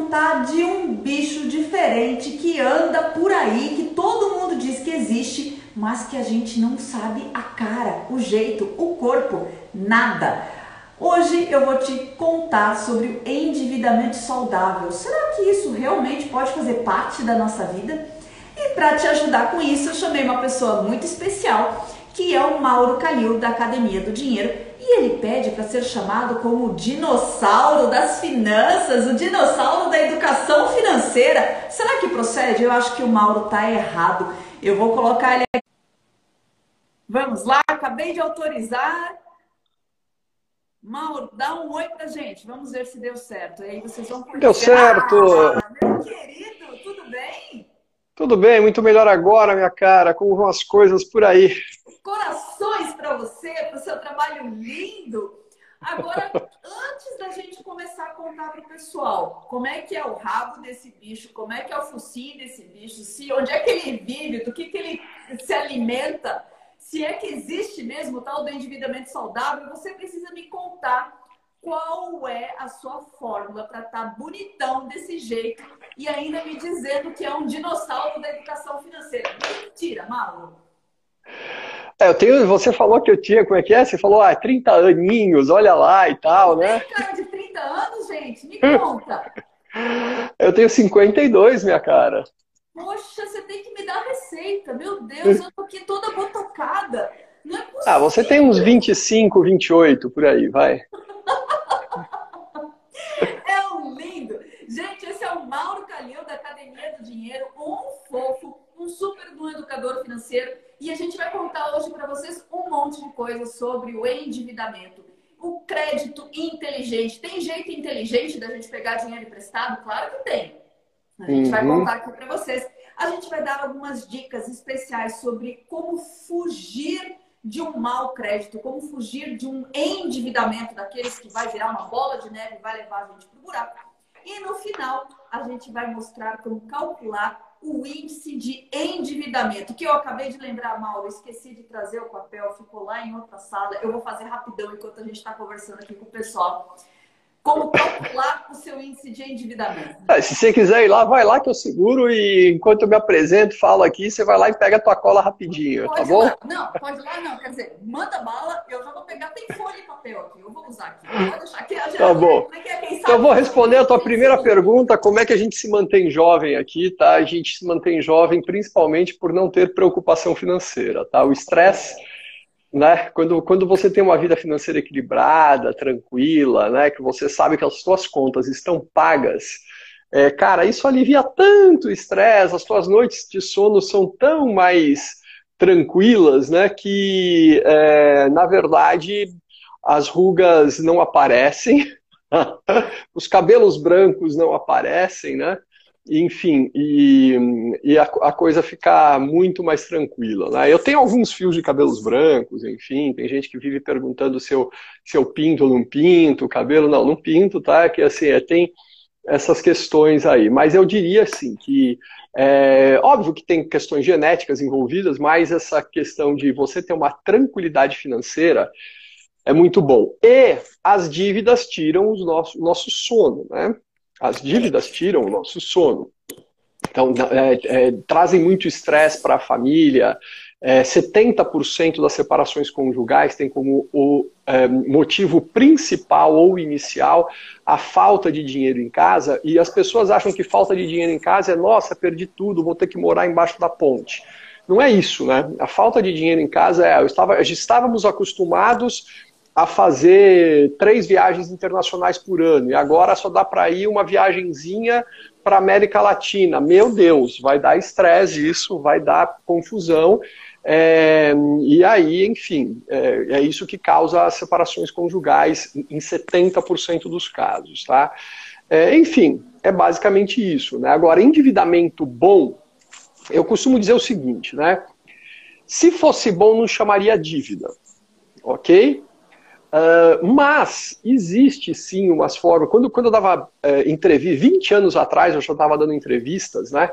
contar de um bicho diferente que anda por aí, que todo mundo diz que existe, mas que a gente não sabe a cara, o jeito, o corpo, nada. Hoje eu vou te contar sobre o endividamento saudável. Será que isso realmente pode fazer parte da nossa vida? E para te ajudar com isso, eu chamei uma pessoa muito especial, que é o Mauro Calil, da Academia do Dinheiro, e ele pede para ser chamado como o dinossauro das finanças, o dinossauro da educação financeira. Será que procede? Eu acho que o Mauro está errado. Eu vou colocar ele aqui. Vamos lá, acabei de autorizar. Mauro, dá um oi pra gente. Vamos ver se deu certo. E aí vocês vão conhecer. Deu certo! Meu querido, tudo bem? Tudo bem, muito melhor agora, minha cara. Como vão as coisas por aí? Corações para você, para o seu trabalho lindo. Agora, antes da gente começar a contar para o pessoal como é que é o rabo desse bicho, como é que é o focinho desse bicho, onde é que ele vive, do que ele se alimenta, se é que existe mesmo o tal do endividamento saudável, você precisa me contar qual é a sua fórmula para estar bonitão desse jeito e ainda me dizendo que é um dinossauro da educação financeira. Mentira, Mauro. Você falou que eu tinha, como é que é? Você falou, 30 aninhos, olha lá e tal, né? Tem cara de 30 anos, gente? Me conta. Eu tenho 52, minha cara. Poxa, você tem que me dar a receita. Meu Deus, eu tô aqui toda botocada. Não é possível. Você tem uns 25, 28 por aí, vai. É um lindo. Gente, esse é o Mauro Calil, da Academia do Dinheiro, um fofo, um super bom educador financeiro. E a gente vai contar hoje para vocês um monte de coisas sobre o endividamento. O crédito inteligente. Tem jeito inteligente da gente pegar dinheiro emprestado? Claro que tem. A gente vai contar aqui para vocês. A gente vai dar algumas dicas especiais sobre como fugir de um mau crédito, como fugir de um endividamento daqueles que vai virar uma bola de neve e vai levar a gente para o buraco. E no final, a gente vai mostrar como calcular o índice de endividamento, que eu acabei de lembrar, Mauro, esqueci de trazer o papel, ficou lá em outra sala. Eu vou fazer rapidão enquanto a gente está conversando aqui com o pessoal. Como calcular o seu índice de endividamento? Se você quiser ir lá, vai lá que eu seguro e enquanto eu me apresento, falo aqui, você vai lá e pega a tua cola rapidinho, tá bom? Não, pode ir lá não, quer dizer, manda bala, eu já vou pegar, tem folha e papel aqui, eu vou usar aqui, pode deixar aqui. Tá bom. Então eu vou responder a tua primeira pergunta, como é que a gente se mantém jovem aqui, tá? A gente se mantém jovem principalmente por não ter preocupação financeira, tá? O estresse, né? Quando você tem uma vida financeira equilibrada, tranquila, né? Que você sabe que as suas contas estão pagas, cara, isso alivia tanto o estresse, as tuas noites de sono são tão mais tranquilas, né? Que, na verdade, as rugas não aparecem, os cabelos brancos não aparecem, né? Enfim, e a coisa fica muito mais tranquila, né? Eu tenho alguns fios de cabelos brancos, enfim, tem gente que vive perguntando se eu pinto ou não pinto o cabelo. Não pinto, tá? Que assim, tem essas questões aí. Mas eu diria assim que óbvio que tem questões genéticas envolvidas, mas essa questão de você ter uma tranquilidade financeira é muito bom. E as dívidas tiram o nosso sono, né? As dívidas tiram o nosso sono. Então, trazem muito estresse para a família. 70% das separações conjugais tem como o motivo principal ou inicial a falta de dinheiro em casa. E as pessoas acham que falta de dinheiro em casa é, nossa, perdi tudo, vou ter que morar embaixo da ponte. Não é isso, né? A falta de dinheiro em casa estávamos acostumados a fazer 3 viagens internacionais por ano, e agora só dá para ir uma viagenzinha para a América Latina. Meu Deus, vai dar estresse isso, vai dar confusão, e aí, enfim, é isso que causa as separações conjugais em 70% dos casos, tá? Enfim, é basicamente isso, né? Agora, endividamento bom, eu costumo dizer o seguinte, né? Se fosse bom, não chamaria dívida, ok? Mas existe sim umas formas. Quando eu dava entrevista, 20 anos atrás eu já estava dando entrevistas, né?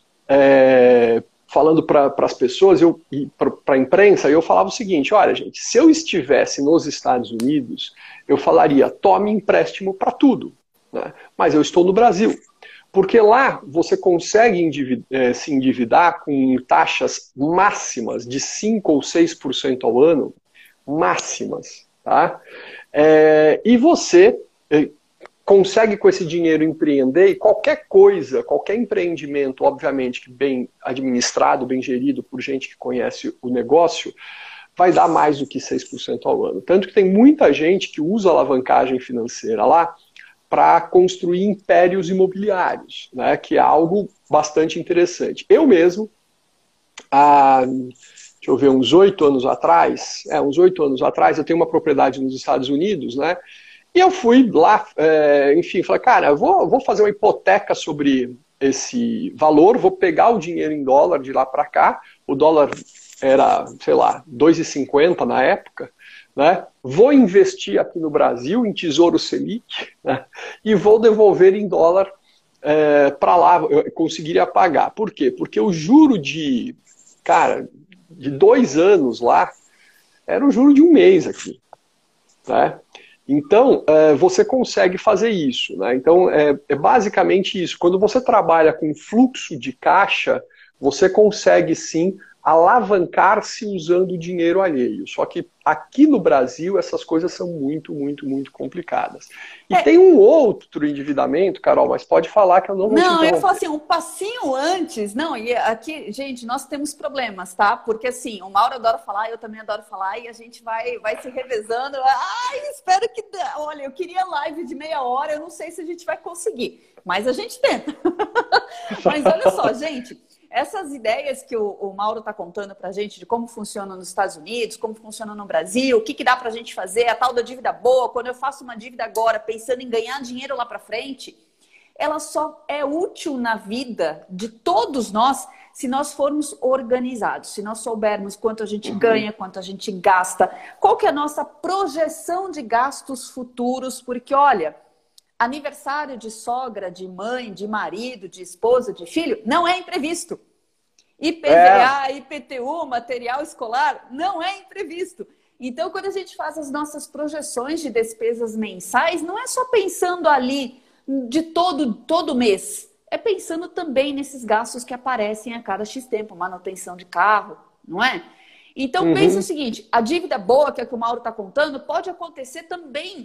Falando para as pessoas e para a imprensa, eu falava o seguinte: olha, gente, se eu estivesse nos Estados Unidos, eu falaria, tome empréstimo para tudo, né? Mas eu estou no Brasil. Porque lá você consegue se endividar com taxas máximas de 5 ou 6% ao ano, máximas, tá? E você consegue com esse dinheiro empreender e qualquer coisa, qualquer empreendimento, obviamente, que bem administrado, bem gerido por gente que conhece o negócio, vai dar mais do que 6% ao ano. Tanto que tem muita gente que usa alavancagem financeira lá para construir impérios imobiliários, né, que é algo bastante interessante. Eu mesmo, deixa eu ver, uns 8 anos atrás, eu tenho uma propriedade nos Estados Unidos, né, e eu fui lá, enfim, falei, cara, eu vou fazer uma hipoteca sobre esse valor, vou pegar o dinheiro em dólar de lá para cá, o dólar era, sei lá, 2,50 na época, né? Vou investir aqui no Brasil em Tesouro Selic, né? E vou devolver em dólar para lá, eu conseguiria pagar. Por quê? Porque o juro de 2 anos lá era o juro de 1 mês aqui, né? Então, você consegue fazer isso, né? Então, é basicamente isso. Quando você trabalha com fluxo de caixa, você consegue sim alavancar-se usando o dinheiro alheio. Só que aqui no Brasil essas coisas são muito, muito, muito complicadas. E tem um outro endividamento, Carol, mas pode falar que eu não vou te interromper. Não, eu falo assim, um passinho antes. Não, e aqui, gente, nós temos problemas, tá? Porque assim, o Mauro adora falar, eu também adoro falar, e a gente vai se revezando. Ai, espero que... Olha, eu queria live de meia hora, eu não sei se a gente vai conseguir, mas a gente tenta. Mas olha só, gente... Essas ideias que o Mauro está contando para a gente de como funciona nos Estados Unidos, como funciona no Brasil, o que dá para a gente fazer, a tal da dívida boa, quando eu faço uma dívida agora pensando em ganhar dinheiro lá para frente, ela só é útil na vida de todos nós se nós formos organizados, se nós soubermos quanto a gente ganha, quanto a gente gasta, qual que é a nossa projeção de gastos futuros, porque olha... Aniversário de sogra, de mãe, de marido, de esposa, de filho, não é imprevisto. IPVA, IPTU, material escolar, não é imprevisto. Então, quando a gente faz as nossas projeções de despesas mensais, não é só pensando ali de todo mês. É pensando também nesses gastos que aparecem a cada X tempo, manutenção de carro, não é? Então, pensa o seguinte, a dívida boa, que é o que o Mauro está contando, pode acontecer também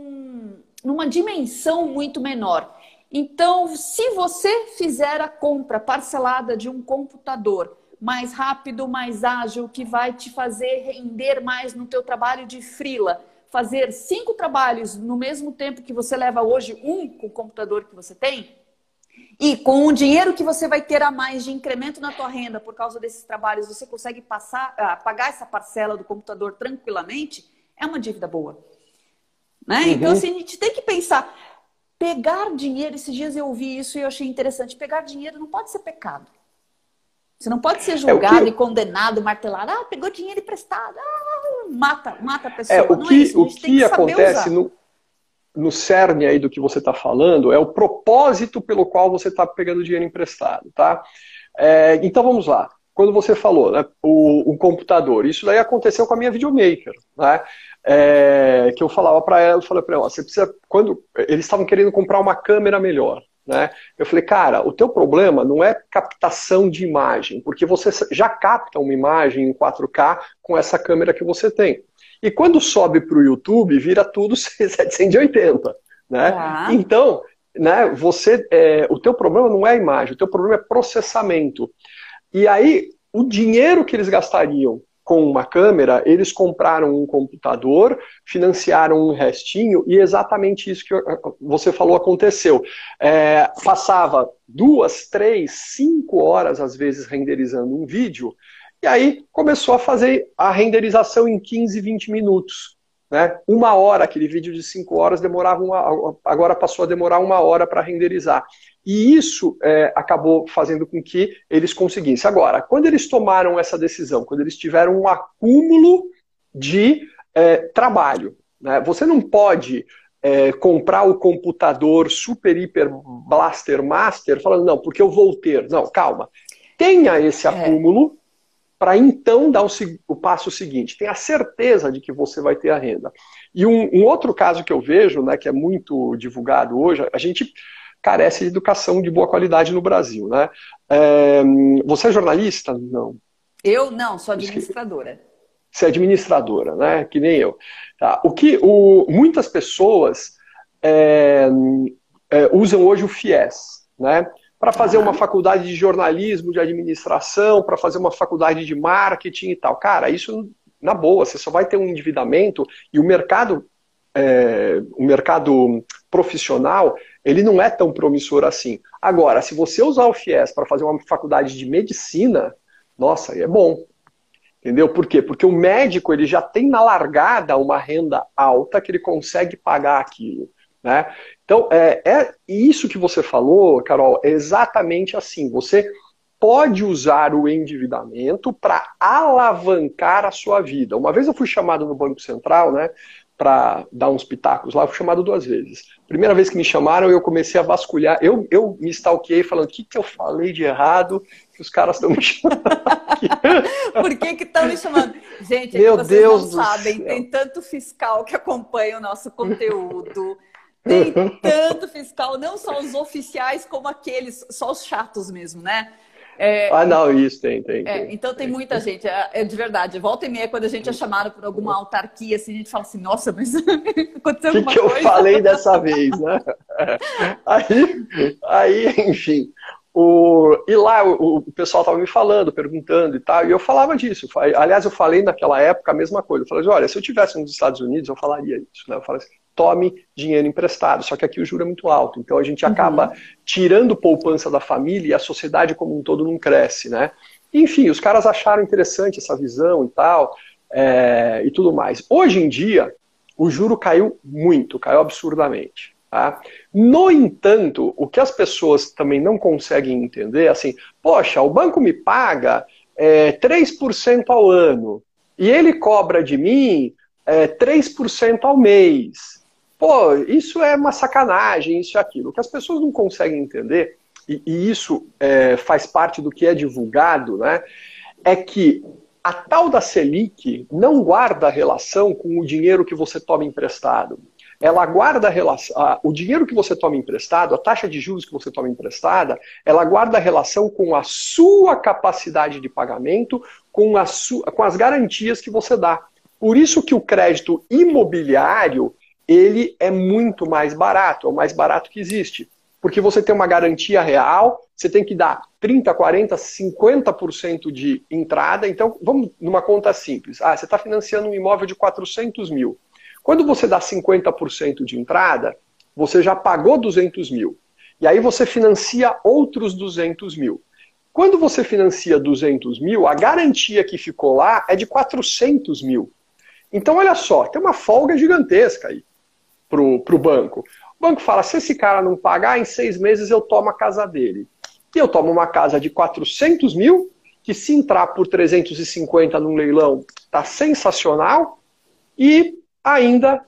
numa dimensão muito menor. Então, se você fizer a compra parcelada de um computador mais rápido, mais ágil, que vai te fazer render mais no teu trabalho de freela, fazer 5 trabalhos no mesmo tempo que você leva hoje com o computador que você tem, e com o dinheiro que você vai ter a mais de incremento na tua renda por causa desses trabalhos, você consegue pagar essa parcela do computador tranquilamente, é uma dívida boa. Né? Então, assim, a gente tem que pensar, pegar dinheiro, esses dias eu ouvi isso e eu achei interessante, pegar dinheiro não pode ser pecado. Você não pode ser julgado e condenado, martelado, pegou dinheiro emprestado, mata a pessoa. Não é isso, o que acontece no cerne aí do que você está falando é o propósito pelo qual você está pegando dinheiro emprestado, tá? Então vamos lá. Quando você falou, né, o computador, isso daí aconteceu com a minha videomaker, né? Que eu falava para ela, você precisa, quando eles estavam querendo comprar uma câmera melhor, né? Eu falei, cara, o teu problema não é captação de imagem, porque você já capta uma imagem em 4K com essa câmera que você tem. E quando sobe para o YouTube, vira tudo 780, né? Então, né, o teu problema não é a imagem, o teu problema é processamento. E aí, o dinheiro que eles gastariam com uma câmera, eles compraram um computador, financiaram um restinho, e exatamente isso que você falou aconteceu. Passava 2, 3, 5 horas, às vezes, renderizando um vídeo, e aí começou a fazer a renderização em 15, 20 minutos. Né? 1 hora, aquele vídeo de 5 horas, agora passou a demorar 1 hora para renderizar. E isso acabou fazendo com que eles conseguissem. Agora, quando eles tomaram essa decisão, quando eles tiveram um acúmulo de trabalho, né? Você não pode comprar o computador super, hiper, blaster, master, falando, não, porque eu vou ter. Não, calma. Tenha esse acúmulo para então dar o passo seguinte. Tenha certeza de que você vai ter a renda. E um outro caso que eu vejo, né, que é muito divulgado hoje, a gente carece de educação de boa qualidade no Brasil, né? Você é jornalista? Não. Eu não, sou administradora. Você é administradora, né? Que nem eu. Tá. Muitas pessoas usam hoje o FIES, né? Para fazer uma faculdade de jornalismo, de administração, para fazer uma faculdade de marketing e tal. Cara, isso na boa, você só vai ter um endividamento e o mercado profissional, ele não é tão promissor assim. Agora, se você usar o FIES para fazer uma faculdade de medicina, nossa, aí é bom. Entendeu? Por quê? Porque o médico ele já tem na largada uma renda alta que ele consegue pagar aquilo. Né? Então, isso que você falou, Carol, é exatamente assim. Você pode usar o endividamento para alavancar a sua vida. Uma vez eu fui chamado no Banco Central, né, para dar uns pitacos lá, eu fui chamado 2 vezes. Primeira vez que me chamaram, eu comecei a vasculhar. Eu me stalkeei falando, o que eu falei de errado que os caras estão me chamando aqui? Por que estão me chamando? Gente, Meu vocês Deus não sabem, céu. tem tanto fiscal que acompanha o nosso conteúdo. Tem tanto fiscal, não só os oficiais, como aqueles, só os chatos mesmo, né? Não, isso tem. Então tem muita gente, de verdade, volta e meia, quando a gente é chamado por alguma autarquia, assim, a gente fala assim, nossa, mas aconteceu alguma coisa? O que eu falei dessa vez, né? Aí enfim, e lá o pessoal estava me falando, perguntando e tal, e eu falava disso. Aliás, eu falei naquela época a mesma coisa. Eu falei, olha, se eu estivesse nos Estados Unidos, eu falaria isso, né? Eu falei assim, tome dinheiro emprestado, só que aqui o juro é muito alto, então a gente acaba tirando poupança da família e a sociedade como um todo não cresce, né? Enfim, os caras acharam interessante essa visão e tal, e tudo mais. Hoje em dia, o juro caiu muito, caiu absurdamente. Tá? No entanto, o que as pessoas também não conseguem entender é assim, poxa, o banco me paga 3% ao ano e ele cobra de mim 3% ao mês. Pô, isso é uma sacanagem, isso e aquilo. O que as pessoas não conseguem entender, e isso faz parte do que é divulgado, né, é que a tal da Selic não guarda relação com o dinheiro que você toma emprestado. Ela guarda o dinheiro que você toma emprestado, a taxa de juros que você toma emprestada, ela guarda relação com a sua capacidade de pagamento, com as garantias que você dá. Por isso que o crédito imobiliário, ele é muito mais barato, é o mais barato que existe. Porque você tem uma garantia real, você tem que dar 30%, 40%, 50% de entrada. Então, vamos numa conta simples. Você está financiando um imóvel de 400 mil. Quando você dá 50% de entrada, você já pagou 200 mil. E aí você financia outros 200 mil. Quando você financia 200 mil, a garantia que ficou lá é de 400 mil. Então, olha só, tem uma folga gigantesca aí pro banco. O banco fala, se esse cara não pagar, em 6 meses eu tomo a casa dele. E eu tomo uma casa de 400 mil, que se entrar por 350 num leilão, tá sensacional, e ainda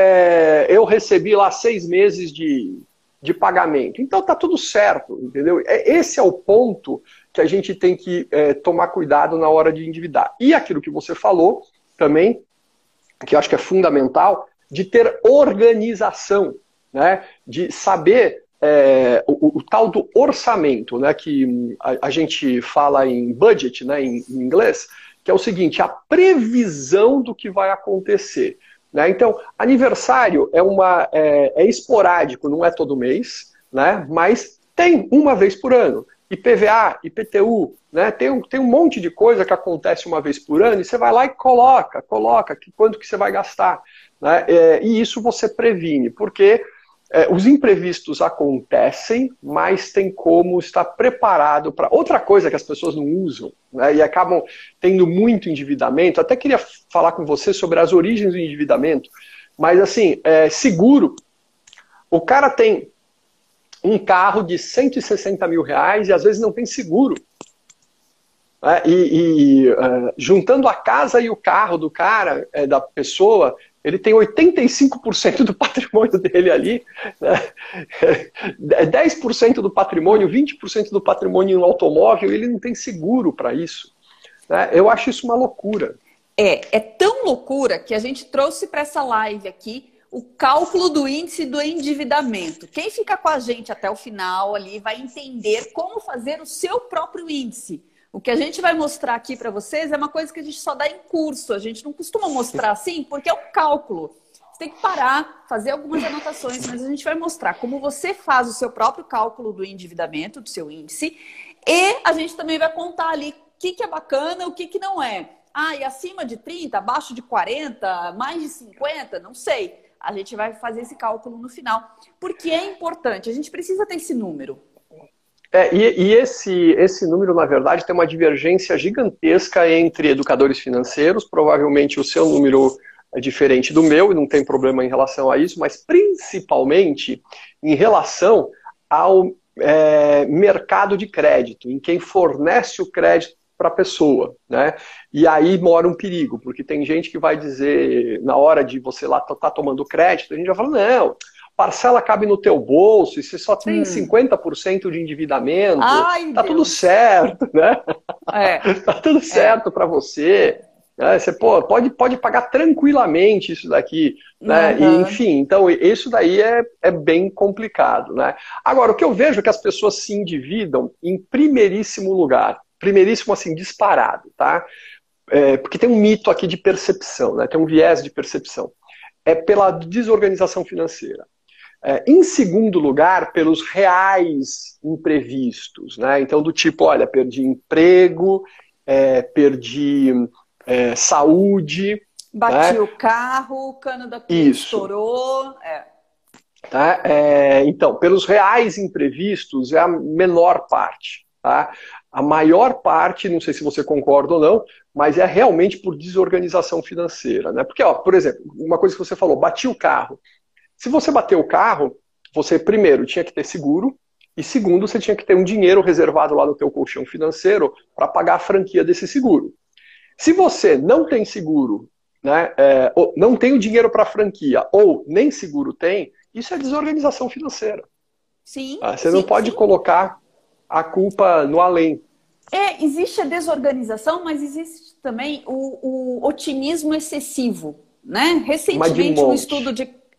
eu recebi lá 6 meses de pagamento. Então tá tudo certo, entendeu? Esse é o ponto que a gente tem que tomar cuidado na hora de endividar. E aquilo que você falou também, que eu acho que é fundamental, de ter organização, né? De saber o tal do orçamento, né? Que a gente fala em budget, né? Em inglês, que é o seguinte, a previsão do que vai acontecer. Né? Então, aniversário é esporádico, não é todo mês, né? Mas tem uma vez por ano. IPVA, IPTU, né? Tem um monte de coisa que acontece uma vez por ano e você vai lá e coloca quanto que você vai gastar. Né? E isso você previne, porque os imprevistos acontecem, mas tem como estar preparado para outra coisa que as pessoas não usam, né? E acabam tendo muito endividamento. Até queria falar com você sobre as origens do endividamento, mas assim, seguro. O cara tem um carro de 160 mil reais e às vezes não tem seguro. Juntando a casa e o carro do cara, da pessoa, ele tem 85% do patrimônio dele ali, né? 10% do patrimônio, 20% do patrimônio no automóvel, ele não tem seguro para isso. Né? Eu acho isso uma loucura. É tão loucura que a gente trouxe para essa live aqui o cálculo do índice do endividamento. Quem fica com a gente até o final ali vai entender como fazer o seu próprio índice. O que a gente vai mostrar aqui para vocês é uma coisa que a gente só dá em curso. A gente não costuma mostrar assim, porque é um cálculo. Você tem que parar, fazer algumas anotações, mas a gente vai mostrar como você faz o seu próprio cálculo do endividamento, do seu índice. E a gente também vai contar ali o que é bacana, o que não é. Ah, e acima de 30, abaixo de 40, mais de 50, não sei. A gente vai fazer esse cálculo no final. Porque é importante, a gente precisa ter esse número. Esse número, na verdade, tem uma divergência gigantesca entre educadores financeiros. Provavelmente o seu número é diferente do meu e não tem problema em relação a isso, mas principalmente em relação ao mercado de crédito, em quem fornece o crédito para a pessoa, né? E aí mora um perigo, porque tem gente que vai dizer, na hora de você lá tá tomando crédito, a gente vai falar, não, parcela cabe no teu bolso, e você só tem 50% de endividamento, tá tudo certo, né? Tá tudo certo para você. Você pode pagar tranquilamente isso daqui, né? E, enfim, então isso daí é bem complicado, né? Agora, o que eu vejo é que as pessoas se endividam em primeiríssimo lugar, primeiríssimo assim, disparado, tá? Porque tem um mito aqui de percepção, né? Tem um viés de percepção. É pela desorganização financeira. Em segundo lugar, pelos reais imprevistos, né? Então, do tipo, olha, perdi emprego, perdi saúde. Bati né? o carro, o cano da pia estourou. Tá? Então, pelos reais imprevistos é a menor parte. Tá? A maior parte, não sei se você concorda ou não, mas é realmente por desorganização financeira. Né? Porque, ó, por exemplo, uma coisa que você falou, bati o carro. Se você bater o carro, você primeiro tinha que ter seguro e segundo você tinha que ter um dinheiro reservado lá no teu colchão financeiro para pagar a franquia desse seguro. Se você não tem seguro, né, ou não tem o dinheiro para a franquia ou nem seguro tem, isso é desorganização financeira. Sim. Você não pode colocar a culpa no além. Existe a desorganização, mas existe também o otimismo excessivo. Né? Recentemente um estudo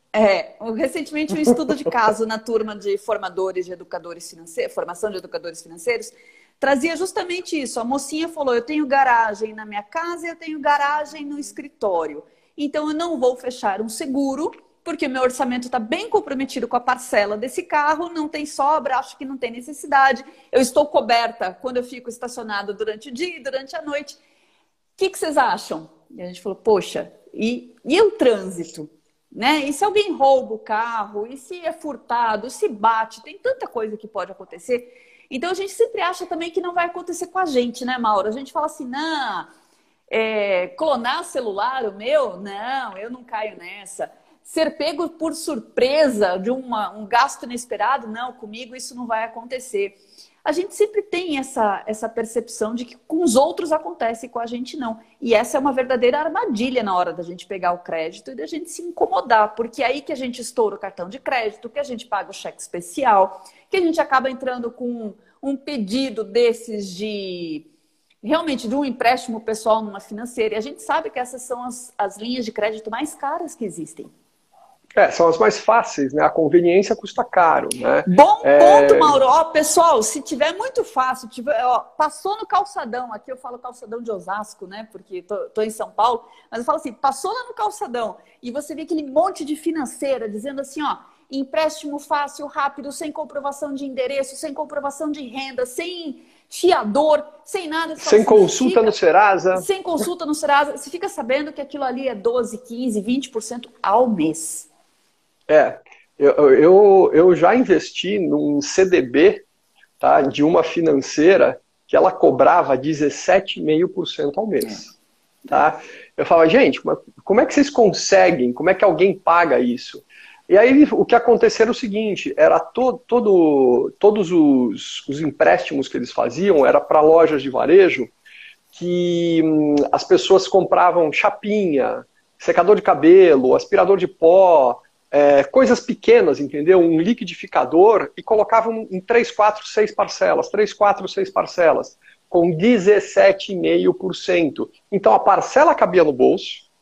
de caso na turma de formadores de educadores financeiros, formação de educadores financeiros, trazia justamente isso. A mocinha falou, eu tenho garagem na minha casa e eu tenho garagem no escritório. Então eu não vou fechar um seguro, porque meu orçamento está bem comprometido com a parcela desse carro, não tem sobra, acho que não tem necessidade. Eu estou coberta quando eu fico estacionado durante o dia e durante a noite. O que vocês acham? E a gente falou, poxa, e o trânsito? Né? E se alguém rouba o carro? E se é furtado? Se bate? Tem tanta coisa que pode acontecer. Então a gente sempre acha também que não vai acontecer com a gente, né, Mauro? A gente fala assim, não, clonar celular o meu? Não, eu não caio nessa. Ser pego por surpresa de um gasto inesperado? Não, comigo isso não vai acontecer. A gente sempre tem essa percepção de que com os outros acontece e com a gente não. E essa é uma verdadeira armadilha na hora da gente pegar o crédito e da gente se incomodar, porque é aí que a gente estoura o cartão de crédito, que a gente paga o cheque especial, que a gente acaba entrando com um pedido desses realmente de um empréstimo pessoal numa financeira. E a gente sabe que essas são as linhas de crédito mais caras que existem. São as mais fáceis, né? A conveniência custa caro, né? Bom ponto, Mauro. Ó, pessoal, se tiver muito fácil, passou no calçadão, aqui eu falo calçadão de Osasco, né? Porque tô em São Paulo, mas eu falo assim, passou lá no calçadão e você vê aquele monte de financeira dizendo assim, ó, empréstimo fácil, rápido, sem comprovação de endereço, sem comprovação de renda, sem fiador, sem nada. Sem consulta no Serasa. Sem consulta no Serasa. Você fica sabendo que aquilo ali é 12, 15, 20% ao mês. Eu já investi num CDB, tá, de uma financeira que ela cobrava 17,5% ao mês. Tá? Eu falava, gente, como é que vocês conseguem? Como é que alguém paga isso? E aí o que aconteceu era o seguinte, era todos os empréstimos que eles faziam era para lojas de varejo que as pessoas compravam chapinha, secador de cabelo, aspirador de pó, coisas pequenas, entendeu? Um liquidificador e colocavam em 3, 4, 6 parcelas, 3, 4, 6 parcelas, com 17,5%. Então a parcela cabia no bolso,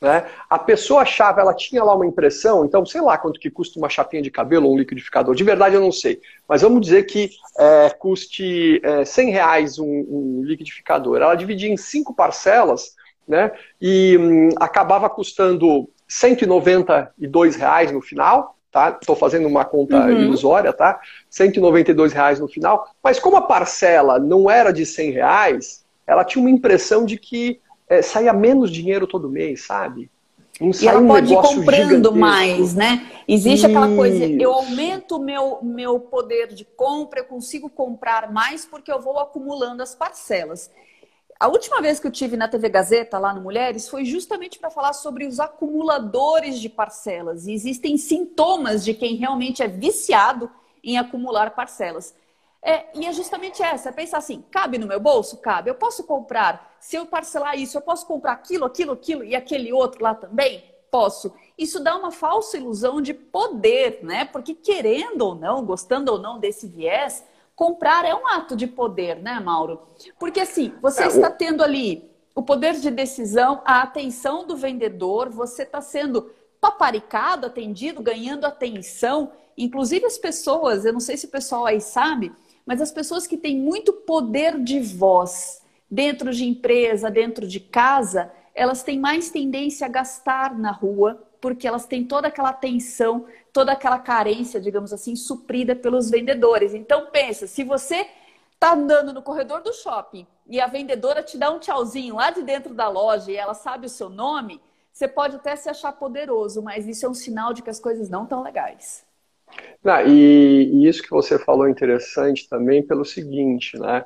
né? A pessoa achava, ela tinha lá uma impressão, então sei lá quanto que custa uma chapinha de cabelo ou um liquidificador, de verdade eu não sei, mas vamos dizer que custe R$ 100 um liquidificador. Ela dividia em 5 parcelas, né? E acabava custando R$ 192 no final, tá? Estou fazendo uma conta ilusória, tá? R$ 192 no final, mas como a parcela não era de R$ 100, ela tinha uma impressão de que saía menos dinheiro todo mês, sabe? Não e ela pode ir comprando gigantesco. mais, né? Existe aquela coisa, eu aumento o meu poder de compra, eu consigo comprar mais porque eu vou acumulando as parcelas. A última vez que eu tive na TV Gazeta, lá no Mulheres, foi justamente para falar sobre os acumuladores de parcelas. E existem sintomas de quem realmente é viciado em acumular parcelas. E é justamente essa, é pensar assim, cabe no meu bolso? Cabe. Eu posso comprar, se eu parcelar isso, eu posso comprar aquilo e aquele outro lá também? Posso. Isso dá uma falsa ilusão de poder, né? Porque querendo ou não, gostando ou não desse viés, comprar é um ato de poder, né, Mauro? Porque assim, você está tendo ali o poder de decisão, a atenção do vendedor, você está sendo paparicado, atendido, ganhando atenção. Inclusive as pessoas, eu não sei se o pessoal aí sabe, mas as pessoas que têm muito poder de voz dentro de empresa, dentro de casa, elas têm mais tendência a gastar na rua, porque elas têm toda aquela atenção, toda aquela carência, digamos assim, suprida pelos vendedores. Então pensa, se você está andando no corredor do shopping e a vendedora te dá um tchauzinho lá de dentro da loja e ela sabe o seu nome, você pode até se achar poderoso, mas isso é um sinal de que as coisas não estão legais. Não, e isso que você falou é interessante também pelo seguinte, né?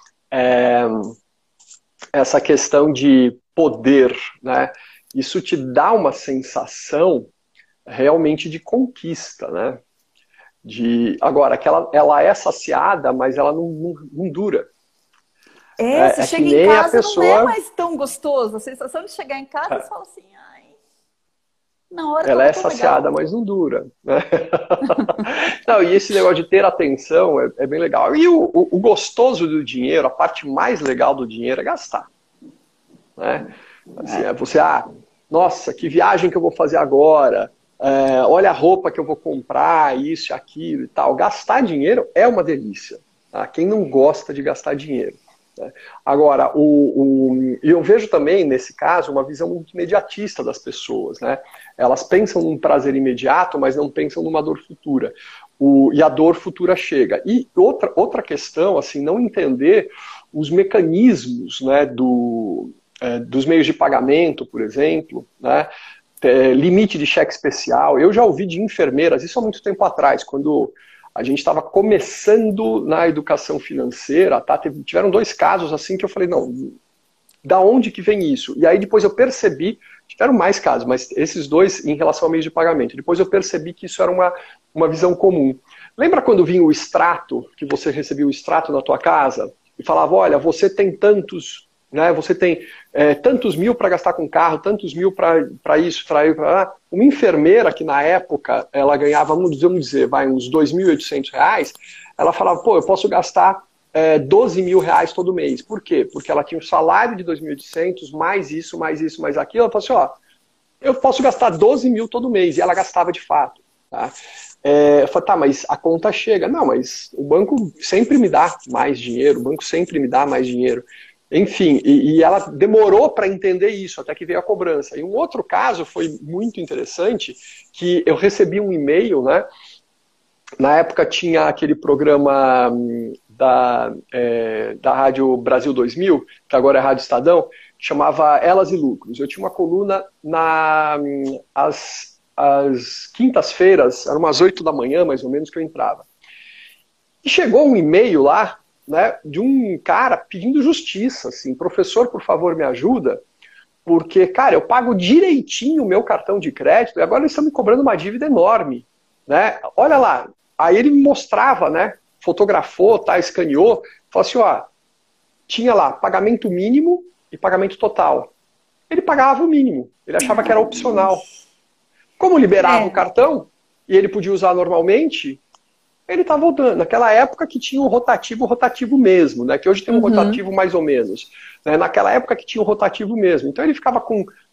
Essa questão de poder, né? Isso te dá uma sensação realmente de conquista, né? Agora, que ela é saciada, mas ela não dura. Você chega em casa, não é mais tão gostoso. A sensação de chegar em casa, você fala assim, ai, na hora ela é saciada, mas não dura. Né? Não, e esse negócio de ter atenção é bem legal. E o gostoso do dinheiro, a parte mais legal do dinheiro é gastar. Né? Assim, nossa, que viagem que eu vou fazer agora. Olha a roupa que eu vou comprar, isso, aquilo e tal. Gastar dinheiro é uma delícia. Tá? Quem não gosta de gastar dinheiro? Né? Agora, eu vejo também, nesse caso, uma visão muito imediatista das pessoas. Né? Elas pensam num prazer imediato, mas não pensam numa dor futura. E a dor futura chega. E outra questão, assim, não entender os mecanismos, né, dos meios de pagamento, por exemplo, né? Limite de cheque especial. Eu já ouvi de enfermeiras, isso há muito tempo atrás, quando a gente estava começando na educação financeira, tá? Tiveram 2 casos assim que eu falei, não, da onde que vem isso? E aí depois eu percebi, tiveram mais casos, mas esses 2 em relação a meios de pagamento. Depois eu percebi que isso era uma visão comum. Lembra quando vinha o extrato, que você recebia o extrato na tua casa? E falava, olha, você tem tantos... Né? Você tem tantos mil para gastar com carro, tantos mil para isso, para lá. Uma enfermeira que na época ela ganhava, vamos dizer, uns R$2.800, ela falava, pô, eu posso gastar R$12.000 todo mês. Por quê? Porque ela tinha um salário de 2.800, mais isso, mais isso, mais aquilo. Ela falou assim, eu posso gastar 12 mil todo mês. E ela gastava de fato. Tá? Eu falei, tá, mas a conta chega. Não, mas o banco sempre me dá mais dinheiro, o banco sempre me dá mais dinheiro. Enfim, e ela demorou para entender isso, até que veio a cobrança. E um outro caso foi muito interessante, que eu recebi um e-mail, né? Na época tinha aquele programa da Rádio Brasil 2000, que agora é Rádio Estadão, que chamava Elas e Lucros. Eu tinha uma coluna às quintas-feiras, eram umas 8 da manhã, mais ou menos, que eu entrava. E chegou um e-mail lá, né, de um cara pedindo justiça, assim, professor, por favor, me ajuda, porque, cara, eu pago direitinho o meu cartão de crédito e agora eles estão me cobrando uma dívida enorme, né? Olha lá, aí ele me mostrava, né, fotografou, tá, escaneou, falou assim, tinha lá pagamento mínimo e pagamento total. Ele pagava o mínimo, ele achava que era opcional. Como liberava o cartão e ele podia usar normalmente, ele estava voltando. Naquela época que tinha o rotativo mesmo, né? Que hoje tem um rotativo mais ou menos. Né? Naquela época que tinha o rotativo mesmo. Então ele ficava com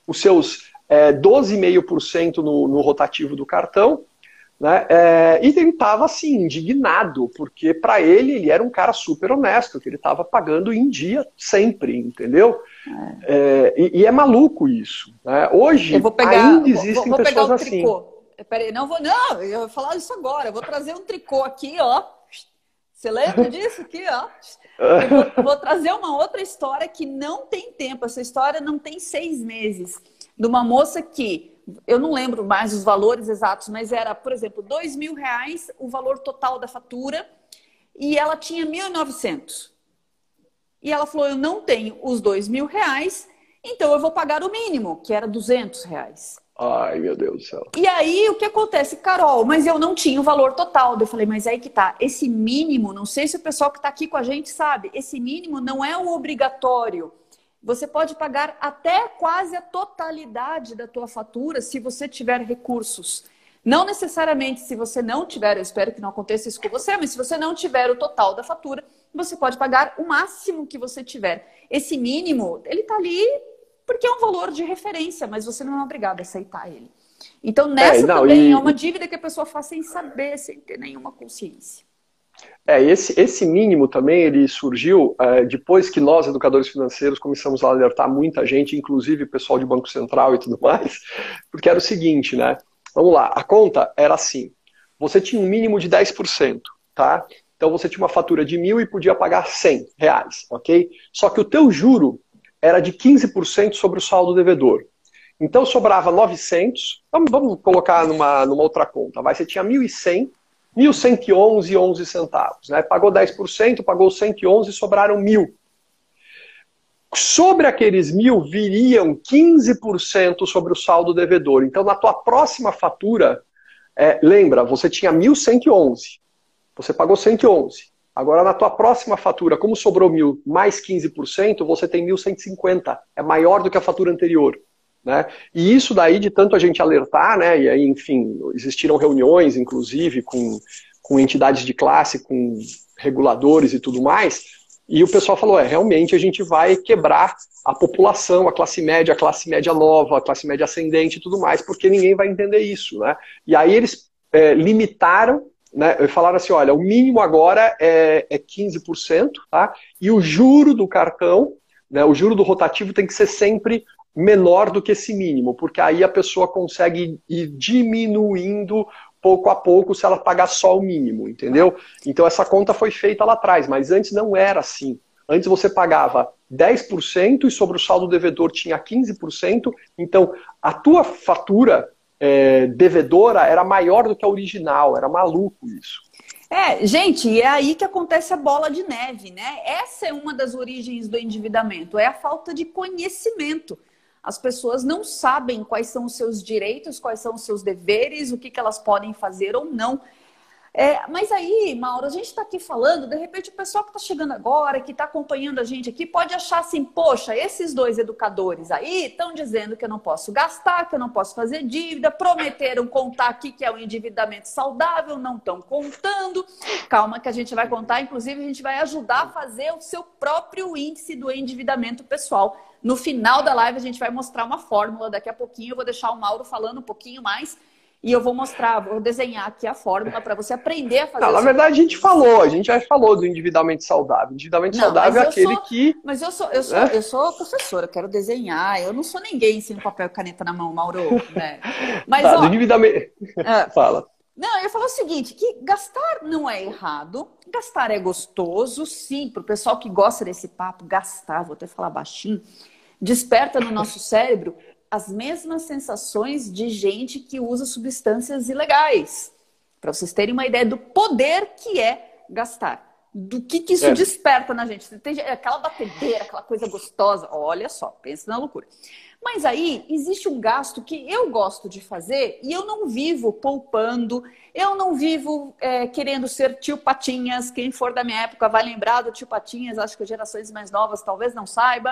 os seus 12,5% no rotativo do cartão, né? E ele estava assim, indignado, porque para ele era um cara super honesto, que ele estava pagando em dia sempre, entendeu? E é maluco isso. Né? Hoje ainda existem pessoas assim. Peraí, não, eu vou falar isso agora, eu vou trazer um tricô aqui, ó. Você lembra disso aqui, ó? Eu vou trazer uma outra história que não tem tempo, essa história não tem 6 meses, de uma moça que, eu não lembro mais os valores exatos, mas era, por exemplo, R$2.000 o valor total da fatura e ela tinha 1.900. E ela falou, eu não tenho os R$2.000, então eu vou pagar o mínimo, que era R$200. Ai, meu Deus do céu. E aí, o que acontece? Carol, mas eu não tinha o valor total. Eu falei, mas aí que tá. Esse mínimo, não sei se o pessoal que tá aqui com a gente sabe, esse mínimo não é o obrigatório. Você pode pagar até quase a totalidade da tua fatura se você tiver recursos. Não necessariamente se você não tiver, eu espero que não aconteça isso com você, mas se você não tiver o total da fatura, você pode pagar o máximo que você tiver. Esse mínimo, ele tá ali porque é um valor de referência, mas você não é obrigado a aceitar ele. Então, nessa também é uma dívida que a pessoa faz sem saber, sem ter nenhuma consciência. Esse mínimo também, ele surgiu depois que nós, educadores financeiros, começamos a alertar muita gente, inclusive o pessoal de Banco Central e tudo mais, porque era o seguinte, né? Vamos lá, a conta era assim, você tinha um mínimo de 10%, tá? Então você tinha uma fatura de 1.000 e podia pagar R$100, ok? Só que o teu juro era de 15% sobre o saldo devedor. Então sobrava 900, vamos colocar numa outra conta, você tinha 1.100, 1.111,11 centavos, né? Pagou 10%, pagou 111, sobraram 1.000. Sobre aqueles 1.000 viriam 15% sobre o saldo devedor. Então na tua próxima fatura, lembra, você tinha 1.111, você pagou 111. Agora, na tua próxima fatura, como sobrou 1.000 mais 15%, você tem 1.150. É maior do que a fatura anterior. Né? E isso daí, de tanto a gente alertar, né? E aí, enfim, existiram reuniões, inclusive, com entidades de classe, com reguladores e tudo mais, e o pessoal falou, realmente a gente vai quebrar a população, a classe média nova, a classe média ascendente e tudo mais, porque ninguém vai entender isso. Né? E aí eles limitaram, né, falaram assim, olha, o mínimo agora é 15%, tá? E o juro do cartão, né, o juro do rotativo tem que ser sempre menor do que esse mínimo, porque aí a pessoa consegue ir diminuindo pouco a pouco se ela pagar só o mínimo, entendeu? Então essa conta foi feita lá atrás, mas antes não era assim. Antes você pagava 10% e sobre o saldo devedor tinha 15%, então a tua fatura devedora era maior do que a original, era maluco isso. Gente, e é aí que acontece a bola de neve, né? Essa é uma das origens do endividamento, é a falta de conhecimento. As pessoas não sabem quais são os seus direitos, quais são os seus deveres, o que elas podem fazer ou não. Mas aí, Mauro, a gente está aqui falando, de repente o pessoal que está chegando agora, que está acompanhando a gente aqui, pode achar assim, poxa, esses dois educadores aí estão dizendo que eu não posso gastar, que eu não posso fazer dívida, prometeram contar aqui que é um endividamento saudável, não estão contando. Calma que a gente vai contar, inclusive a gente vai ajudar a fazer o seu próprio índice do endividamento pessoal. No final da live a gente vai mostrar uma fórmula, daqui a pouquinho eu vou deixar o Mauro falando um pouquinho mais. E eu vou mostrar, vou desenhar aqui a fórmula para você aprender a fazer. Não, na verdade, a gente já falou do endividamento saudável. Endividamento saudável é aquele que... Mas eu sou professora, eu quero desenhar. Eu não sou ninguém sem papel e caneta na mão, Mauro. Né? Mas, do endividamento... Fala. Não, eu falo o seguinte, que gastar não é errado, gastar é gostoso, sim, para o pessoal que gosta desse papo, gastar, vou até falar baixinho, desperta no nosso cérebro as mesmas sensações de gente que usa substâncias ilegais. Para vocês terem uma ideia do poder que é gastar. Do que isso desperta na gente. Tem aquela batedeira, aquela coisa gostosa. Olha só, pensa na loucura. Mas aí existe um gasto que eu gosto de fazer e eu não vivo poupando, eu não vivo querendo ser tio Patinhas. Quem for da minha época vai lembrar do tio Patinhas, acho que as gerações mais novas talvez não saiba.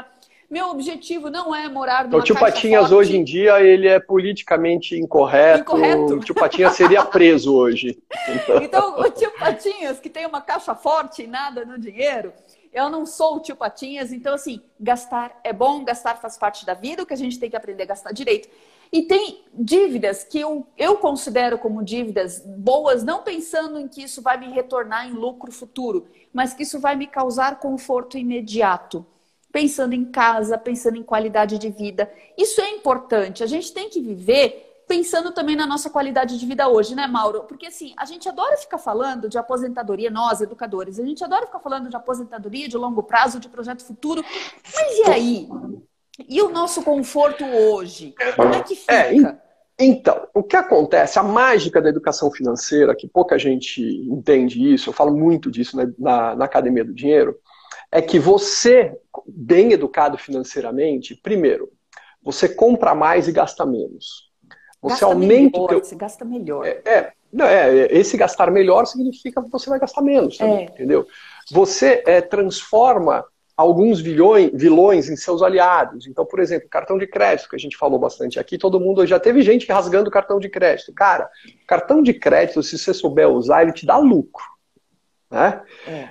Meu objetivo não é morar Então, numa o Tio caixa Patinhas forte. hoje em dia, ele é politicamente incorreto. Incorreto. O Tio Patinhas seria preso hoje. Então, o Tio Patinhas, que tem uma caixa forte e nada no dinheiro, eu não sou o Tio Patinhas. Então, assim, gastar é bom, gastar faz parte da vida, o que a gente tem que aprender a gastar direito. E tem dívidas que eu considero como dívidas boas, não pensando em que isso vai me retornar em lucro futuro, mas que isso vai me causar conforto imediato. Pensando em casa, pensando em qualidade de vida. Isso é importante. A gente tem que viver pensando também na nossa qualidade de vida hoje, né, Mauro? Porque assim, a gente adora ficar falando de aposentadoria, nós, educadores, a gente adora ficar falando de aposentadoria, de longo prazo, de projeto futuro. Mas e aí? E o nosso conforto hoje? Como é que fica? Então, o que acontece, a mágica da educação financeira, que pouca gente entende isso, eu falo muito disso na Academia do Dinheiro, é que você, bem educado financeiramente, primeiro, você compra mais e gasta menos. Você aumenta o teu... Você gasta melhor. Esse gastar melhor significa que você vai gastar menos também, entendeu? Você transforma alguns vilões em seus aliados. Então, por exemplo, cartão de crédito, que a gente falou bastante aqui, todo mundo já teve gente rasgando o cartão de crédito. Cara, cartão de crédito, se você souber usar, ele te dá lucro. Né?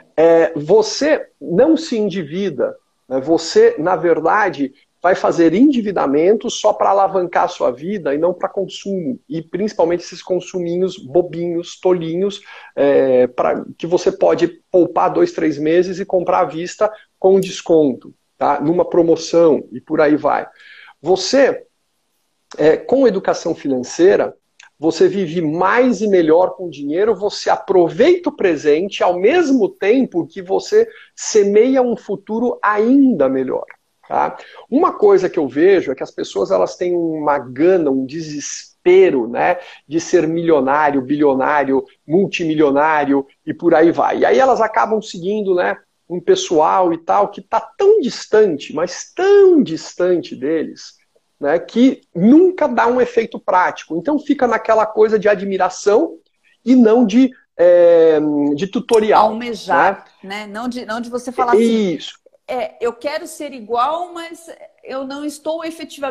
Você não se endivida. Né? Você, na verdade, vai fazer endividamento só para alavancar a sua vida e não para consumo. E principalmente esses consuminhos bobinhos, tolinhos, que você pode poupar 2, 3 meses e comprar à vista com desconto, tá? Numa promoção e por aí vai. Você, com educação financeira, você vive mais e melhor com o dinheiro, você aproveita o presente ao mesmo tempo que você semeia um futuro ainda melhor. Tá? Uma coisa que eu vejo é que as pessoas elas têm uma gana, um desespero, né, de ser milionário, bilionário, multimilionário e por aí vai. E aí elas acabam seguindo, né, um pessoal e tal que está tão distante, mas tão distante deles, né, que nunca dá um efeito prático. Então fica naquela coisa de admiração e não de tutorial. Almejar, né? Não de você falar assim... Isso. Eu quero ser igual, mas eu não estou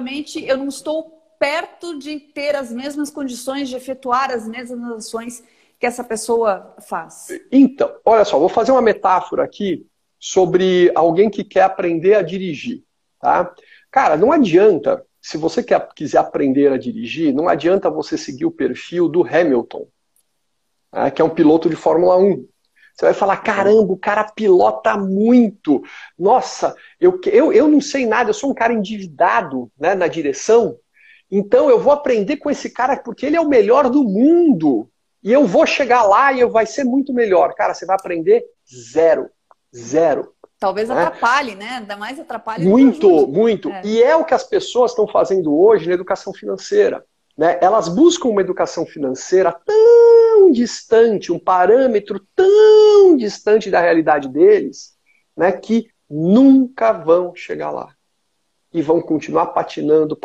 perto de ter as mesmas condições de efetuar as mesmas ações que essa pessoa faz. Então, olha só, vou fazer uma metáfora aqui sobre alguém que quer aprender a dirigir. Tá? Cara, não adianta, se você quiser aprender a dirigir, não adianta você seguir o perfil do Hamilton, né, que é um piloto de Fórmula 1. Você vai falar, caramba, o cara pilota muito. Nossa, eu não sei nada, eu sou um cara endividado, né, na direção. Então eu vou aprender com esse cara porque ele é o melhor do mundo. E eu vou chegar lá e vai ser muito melhor. Cara, você vai aprender zero. Talvez atrapalhe, né? Ainda mais atrapalhe. Muito. E é o que as pessoas estão fazendo hoje na educação financeira. Né? Elas buscam uma educação financeira tão distante, um parâmetro tão distante da realidade deles, né, que nunca vão chegar lá. E vão continuar patinando.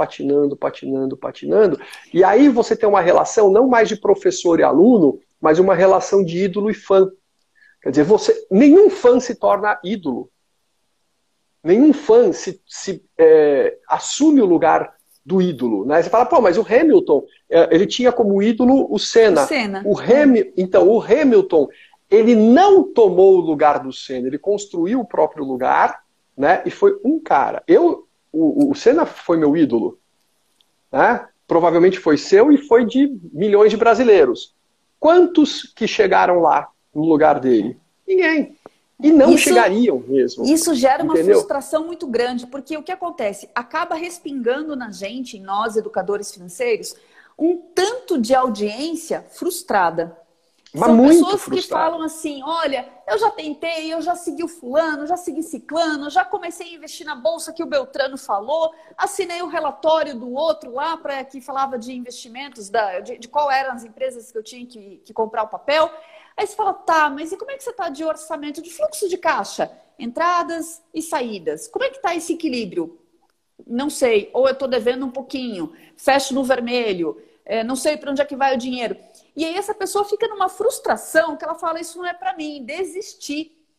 E aí você tem uma relação não mais de professor e aluno, mas uma relação de ídolo e fã. Quer dizer, nenhum fã se torna ídolo. Nenhum fã assume o lugar do ídolo, né? Você fala, pô, mas o Hamilton, ele tinha como ídolo o Senna. Então, o Hamilton, ele não tomou o lugar do Senna, ele construiu o próprio lugar, né? E foi um cara. O Senna foi meu ídolo, né? Provavelmente foi seu e foi de milhões de brasileiros. Quantos que chegaram lá no lugar dele? Ninguém. E não chegariam mesmo. Isso gera uma frustração muito grande, porque o que acontece? Acaba respingando na gente, em nós, educadores financeiros, um tanto de audiência frustrada. Mas são muito pessoas frustrada. Que falam assim, olha, eu já tentei, eu já segui o fulano, já segui ciclano, já comecei a investir na bolsa que o Beltrano falou, assinei o relatório do outro lá, que falava de investimentos, de qual eram as empresas que eu tinha que comprar o papel. Aí você fala, tá, mas e como é que você está de orçamento, de fluxo de caixa? Entradas e saídas. Como é que está esse equilíbrio? Não sei. Ou eu estou devendo um pouquinho, fecho no vermelho, não sei para onde é que vai o dinheiro. E aí essa pessoa fica numa frustração que ela fala, isso não é para mim, desistir.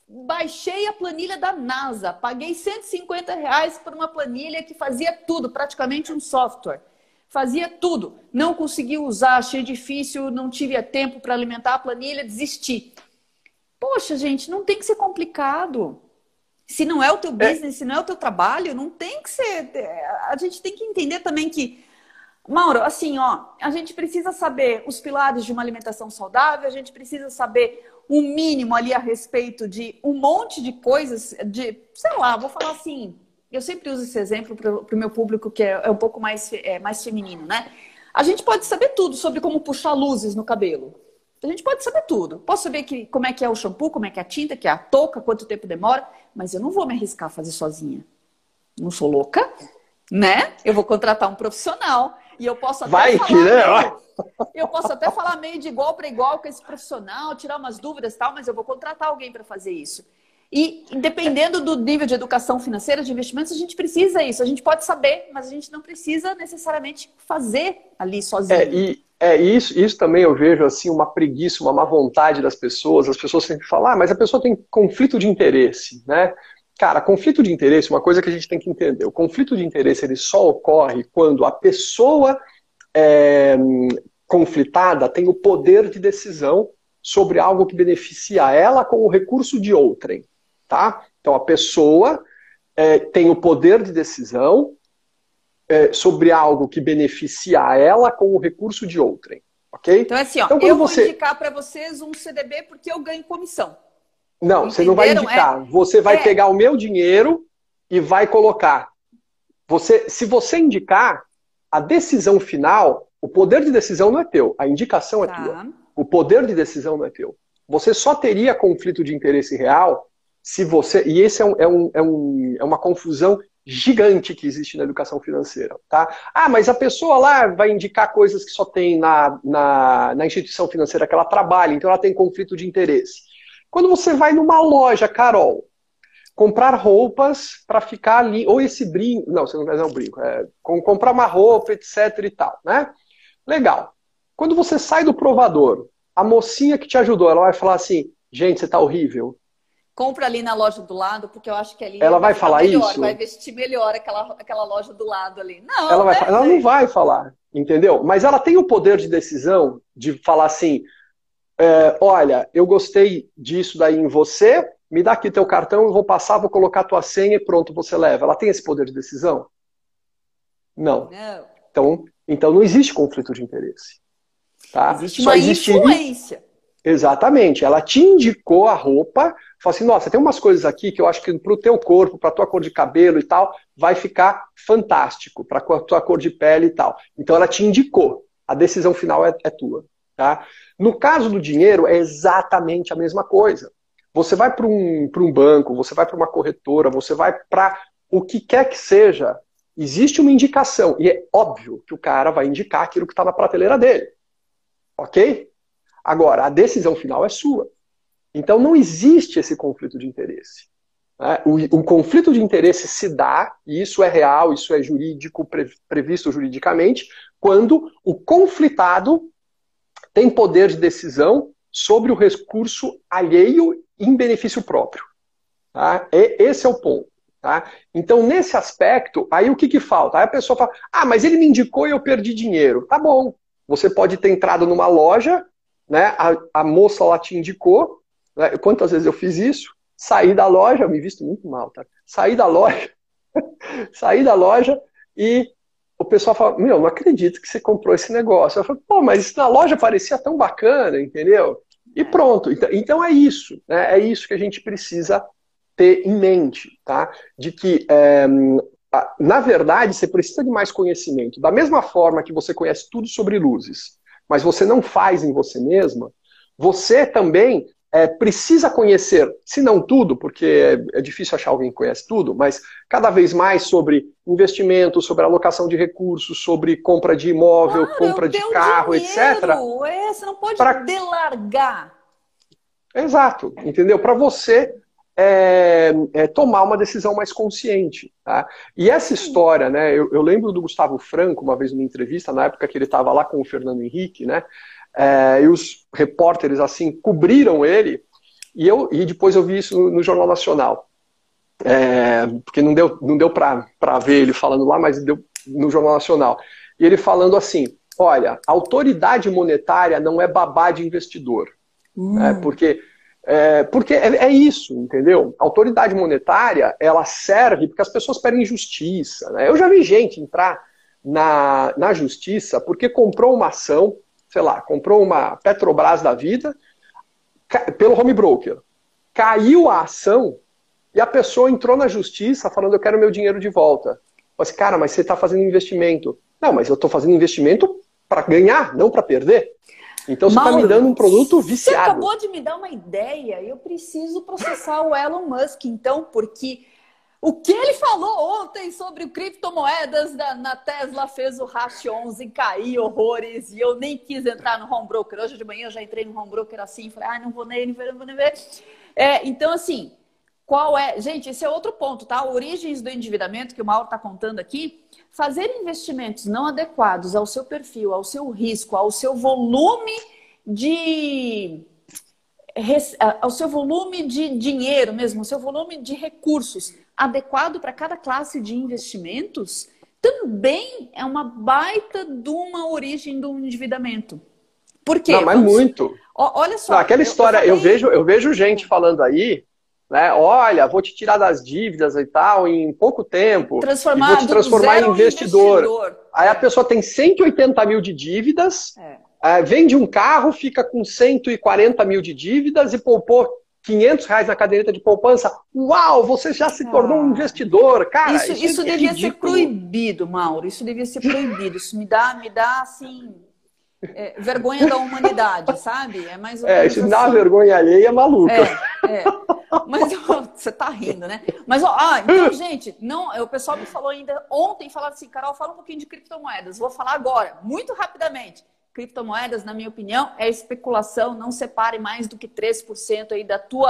baixei a planilha da NASA, paguei R$ 150 por uma planilha que fazia tudo, praticamente um software. Fazia tudo. Não consegui usar, achei difícil, não tive tempo para alimentar a planilha, desisti. Poxa, gente, não tem que ser complicado. Se não é o teu business, se não é o teu trabalho, não tem que ser... A gente tem que entender também que, Mauro, assim, ó, a gente precisa saber os pilares de uma alimentação saudável, a gente precisa saber o mínimo ali a respeito de um monte de coisas, de, sei lá, vou falar assim, eu sempre uso esse exemplo para o meu público que é um pouco mais feminino, né? A gente pode saber tudo sobre como puxar luzes no cabelo. A gente pode saber tudo. Posso saber como é que é o shampoo, como é que é a tinta, que é a touca, quanto tempo demora, mas eu não vou me arriscar a fazer sozinha. Não sou louca, né? Eu vou contratar um profissional e eu posso até eu posso até falar meio de igual para igual com esse profissional, tirar umas dúvidas e tal, mas eu vou contratar alguém para fazer isso. E dependendo do nível de educação financeira, de investimentos, a gente precisa isso. A gente pode saber, mas a gente não precisa necessariamente fazer ali sozinho. Isso também eu vejo assim uma preguiça, uma má vontade das pessoas. As pessoas sempre falam, mas a pessoa tem conflito de interesse, né? Cara, conflito de interesse, uma coisa que a gente tem que entender. O conflito de interesse ele só ocorre quando a pessoa conflitada tem o poder de decisão sobre algo que beneficia ela com o recurso de outrem, tá? Então a pessoa tem o poder de decisão sobre algo que beneficia ela com o recurso de outrem, ok? Então é assim, ó, então, eu vou indicar para vocês um CDB porque eu ganho comissão. Não, você não vai indicar. Você vai pegar o meu dinheiro e vai colocar. Se você indicar, a decisão final, o poder de decisão não é teu, a indicação é tua. O poder de decisão não é teu. Você só teria conflito de interesse real se você... E esse é uma confusão gigante que existe na educação financeira, tá? Ah, mas a pessoa lá vai indicar coisas que só tem na instituição financeira que ela trabalha, então ela tem conflito de interesse. Quando você vai numa loja, Carol, comprar roupas para ficar ali, ou esse brinco, não, você não vai dar um brinco, comprar uma roupa, etc e tal, né? Legal. Quando você sai do provador, a mocinha que te ajudou, ela vai falar assim, gente, você tá horrível. Compra ali na loja do lado, porque eu acho que ali ela vai falar melhor, isso? Vai vestir melhor aquela loja do lado ali. Não, ela não vai falar, entendeu? Mas ela tem o poder de decisão de falar assim, olha, eu gostei disso daí em você, me dá aqui teu cartão, eu vou passar, vou colocar tua senha e pronto, você leva. Ela tem esse poder de decisão? Não. Então não existe conflito de interesse. Tá? Existe uma influência. Exatamente. Ela te indicou a roupa, falou assim, nossa, tem umas coisas aqui que eu acho que pro teu corpo, pra tua cor de cabelo e tal, vai ficar fantástico, pra tua cor de pele e tal. Então ela te indicou. A decisão final é tua. Tá? No caso do dinheiro, é exatamente a mesma coisa. Você vai para um banco, você vai para uma corretora, você vai para o que quer que seja, existe uma indicação. E é óbvio que o cara vai indicar aquilo que está na prateleira dele. Ok? Agora, a decisão final é sua. Então não existe esse conflito de interesse. Né? O conflito de interesse se dá, e isso é real, isso é jurídico, previsto juridicamente, quando o conflitado tem poder de decisão sobre o recurso alheio em benefício próprio. Tá? Esse é o ponto. Tá? Então, nesse aspecto, aí o que falta? Aí a pessoa fala, mas ele me indicou e eu perdi dinheiro. Tá bom. Você pode ter entrado numa loja, né? A moça lá te indicou. Né? Quantas vezes eu fiz isso? Saí da loja, eu me visto muito mal, tá? Saí da loja e o pessoal fala, não acredito que você comprou esse negócio. Eu falo, mas isso na loja parecia tão bacana, entendeu? E pronto. Então é isso. Né? É isso que a gente precisa ter em mente, tá? De que, na verdade, você precisa de mais conhecimento. Da mesma forma que você conhece tudo sobre luzes, mas você não faz em você mesma, você também precisa conhecer, se não tudo, porque é difícil achar alguém que conhece tudo, mas cada vez mais sobre investimento, sobre alocação de recursos, sobre compra de imóvel, compra de carro, dinheiro, etc. Você não pode delargar. Exato, entendeu? Para você tomar uma decisão mais consciente. Tá? E essa história, né? Eu lembro do Gustavo Franco, uma vez numa entrevista, na época que ele estava lá com o Fernando Henrique, né? E os repórteres assim cobriram ele E depois eu vi isso no Jornal Nacional. Porque não deu para ver ele falando lá, mas deu no Jornal Nacional. E ele falando assim, olha, a autoridade monetária não é babá de investidor. Porque é isso, entendeu? A autoridade monetária, ela serve porque as pessoas pedem justiça. Né? Eu já vi gente entrar na justiça porque comprou uma ação, sei lá, comprou uma Petrobras da vida pelo home broker. Caiu a ação e a pessoa entrou na justiça falando, eu quero meu dinheiro de volta. Mas, cara, mas você está fazendo investimento. Não, mas eu estou fazendo investimento para ganhar, não para perder. Então você está me dando um produto viciado. Você acabou de me dar uma ideia. Eu preciso processar o Elon Musk, então, porque o que ele falou ontem sobre criptomoedas na Tesla fez o Hash 11 cair horrores e eu nem quis entrar no home broker. Hoje de manhã eu já entrei no home broker assim, falei, não vou nem ver, não vou nem ver. Então, assim, qual é... Gente, esse é outro ponto, tá? Origens do endividamento que o Mauro está contando aqui. Fazer investimentos não adequados ao seu perfil, ao seu risco, ao seu volume ao seu volume de dinheiro mesmo, ao seu volume de recursos adequado para cada classe de investimentos, também é uma baita de uma origem do endividamento. Por quê? Não, mas muito. Olha só. Não, aquela história, eu vejo gente falando aí, né? Olha, vou te tirar das dívidas e tal em pouco tempo. E vou te transformar em investidor. Aí a pessoa tem 180 mil de dívidas, vende um carro, fica com 140 mil de dívidas e poupou R$500 na caderneta de poupança. Uau, você já se tornou um investidor. Cara, isso devia ser proibido, Mauro. Isso devia ser proibido. Isso me dá assim... vergonha da humanidade, sabe? É mais ou menos isso dá uma vergonha alheia maluca. Mas você tá rindo, né? Mas, então, gente, o pessoal me falou ainda ontem, falaram assim, Carol, fala um pouquinho de criptomoedas. Vou falar agora, muito rapidamente. Criptomoedas, na minha opinião, é especulação. Não separe mais do que 3% aí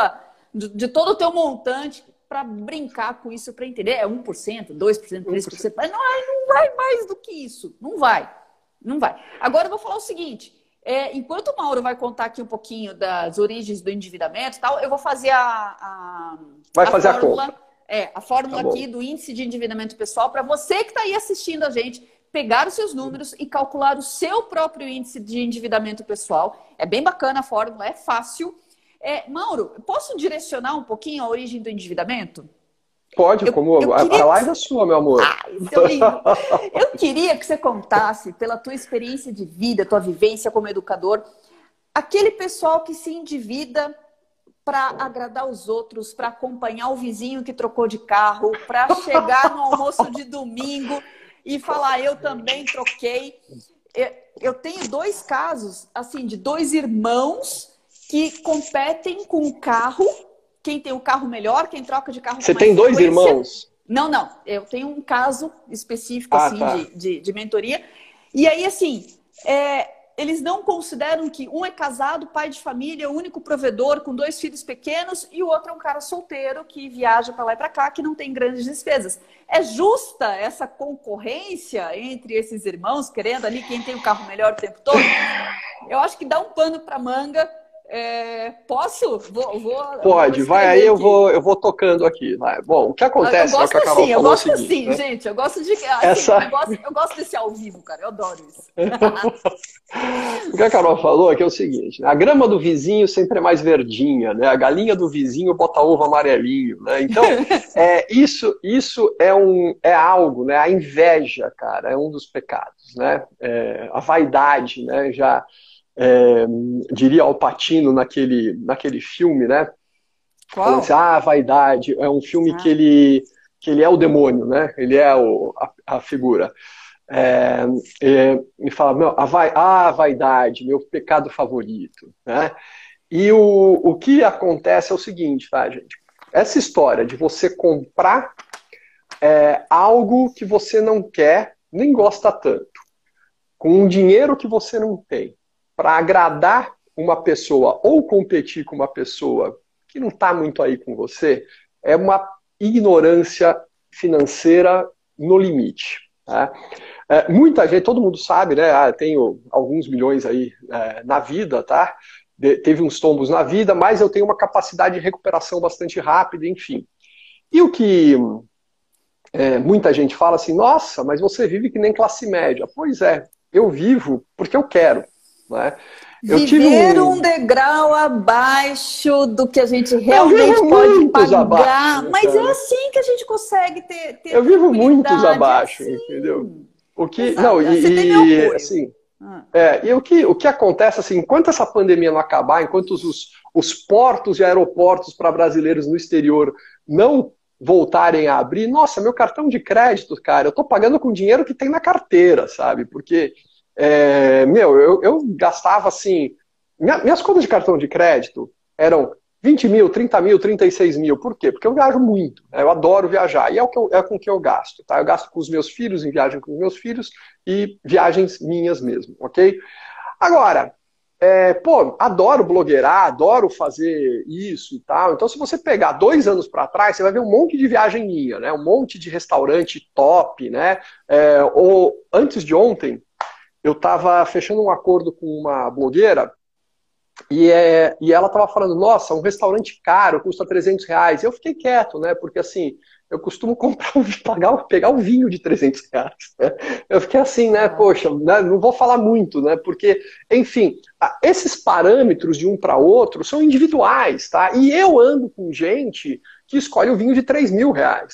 de todo o teu montante para brincar com isso, para entender. É 1%, 2%, 3%. Mas não vai mais do que isso. Não vai. Não vai. Agora eu vou falar o seguinte. Enquanto o Mauro vai contar aqui um pouquinho das origens do endividamento e tal, eu vou fazer a fórmula. A fórmula aqui do índice de endividamento pessoal para você que está aí assistindo a gente pegar os seus números e calcular o seu próprio índice de endividamento pessoal. É bem bacana a fórmula, é fácil. Mauro, posso direcionar um pouquinho a origem do endividamento? Pode, a live é sua, meu amor. Seu lindo. Eu queria que você contasse, pela tua experiência de vida, tua vivência como educador, aquele pessoal que se endivida para agradar os outros, para acompanhar o vizinho que trocou de carro, para chegar no almoço de domingo e falar, eu também troquei. Eu tenho 2 casos, assim, de 2 irmãos que competem com o carro. Quem tem o carro melhor, quem troca de carro com mais Você tem 2 irmãos? Não. Eu tenho um caso específico, de mentoria. E aí, assim, eles não consideram que um é casado, pai de família, único provedor, com 2 filhos pequenos, e o outro é um cara solteiro que viaja para lá e para cá, que não tem grandes despesas. É justa essa concorrência entre esses irmãos, querendo ali quem tem o carro melhor o tempo todo? Eu acho que dá um pano para manga. Posso? Pode, vai aí, eu vou tocando aqui. Vai. Bom, o que acontece? Eu gosto assim, gente. Eu gosto de. Eu gosto desse ao vivo, cara. Eu adoro isso. O que a Carol falou é que é o seguinte: a grama do vizinho sempre é mais verdinha, né? A galinha do vizinho bota ovo amarelinho, né? Então, isso é algo, né? A inveja, cara, é um dos pecados, né? A vaidade, né? Diria Al Pacino naquele filme, né? Qual? Assim, a vaidade é um filme que ele é o demônio, né? Ele é a figura. E fala, a vaidade, meu pecado favorito, né? E o que acontece é o seguinte, tá, gente? Essa história de você comprar algo que você não quer, nem gosta tanto, com um dinheiro que você não tem, para agradar uma pessoa ou competir com uma pessoa que não está muito aí com você, é uma ignorância financeira no limite. Tá? Muita gente, todo mundo sabe, né? Tenho alguns milhões aí na vida, tá? teve uns tombos na vida, mas eu tenho uma capacidade de recuperação bastante rápida, enfim. E o que muita gente fala assim, nossa, mas você vive que nem classe média. Pois é, eu vivo porque eu quero, né? Viver um degrau abaixo do que a gente realmente pode pagar. Abaixo, mas é assim que a gente consegue ter eu vivo muitos abaixo, assim, entendeu? O que não assim, e o que acontece assim, enquanto essa pandemia não acabar, enquanto os portos e aeroportos para brasileiros no exterior não voltarem a abrir, nossa, meu cartão de crédito, cara, eu tô pagando com dinheiro que tem na carteira, sabe? Porque eu gastava assim, minhas contas de cartão de crédito eram 20 mil, 30 mil, 36 mil. Por quê? Porque eu viajo muito, né? Eu adoro viajar, e é com que eu gasto, tá? Eu gasto com os meus filhos, em viagem com os meus filhos, e viagens minhas mesmo, ok? Agora, adoro blogueirar, adoro fazer isso e tal. Então, se você pegar 2 anos para trás, você vai ver um monte de viagem minha, né? Um monte de restaurante top, né? Ou antes de ontem, eu estava fechando um acordo com uma blogueira e ela estava falando, nossa, um restaurante caro, custa R$300. Eu fiquei quieto, né? Porque assim, eu costumo pegar um vinho de R$300. Né? Eu fiquei assim, né? Poxa, né? Não vou falar muito, né? Porque, enfim, esses parâmetros de um para outro são individuais, tá? E eu ando com gente que escolhe o vinho de R$3.000.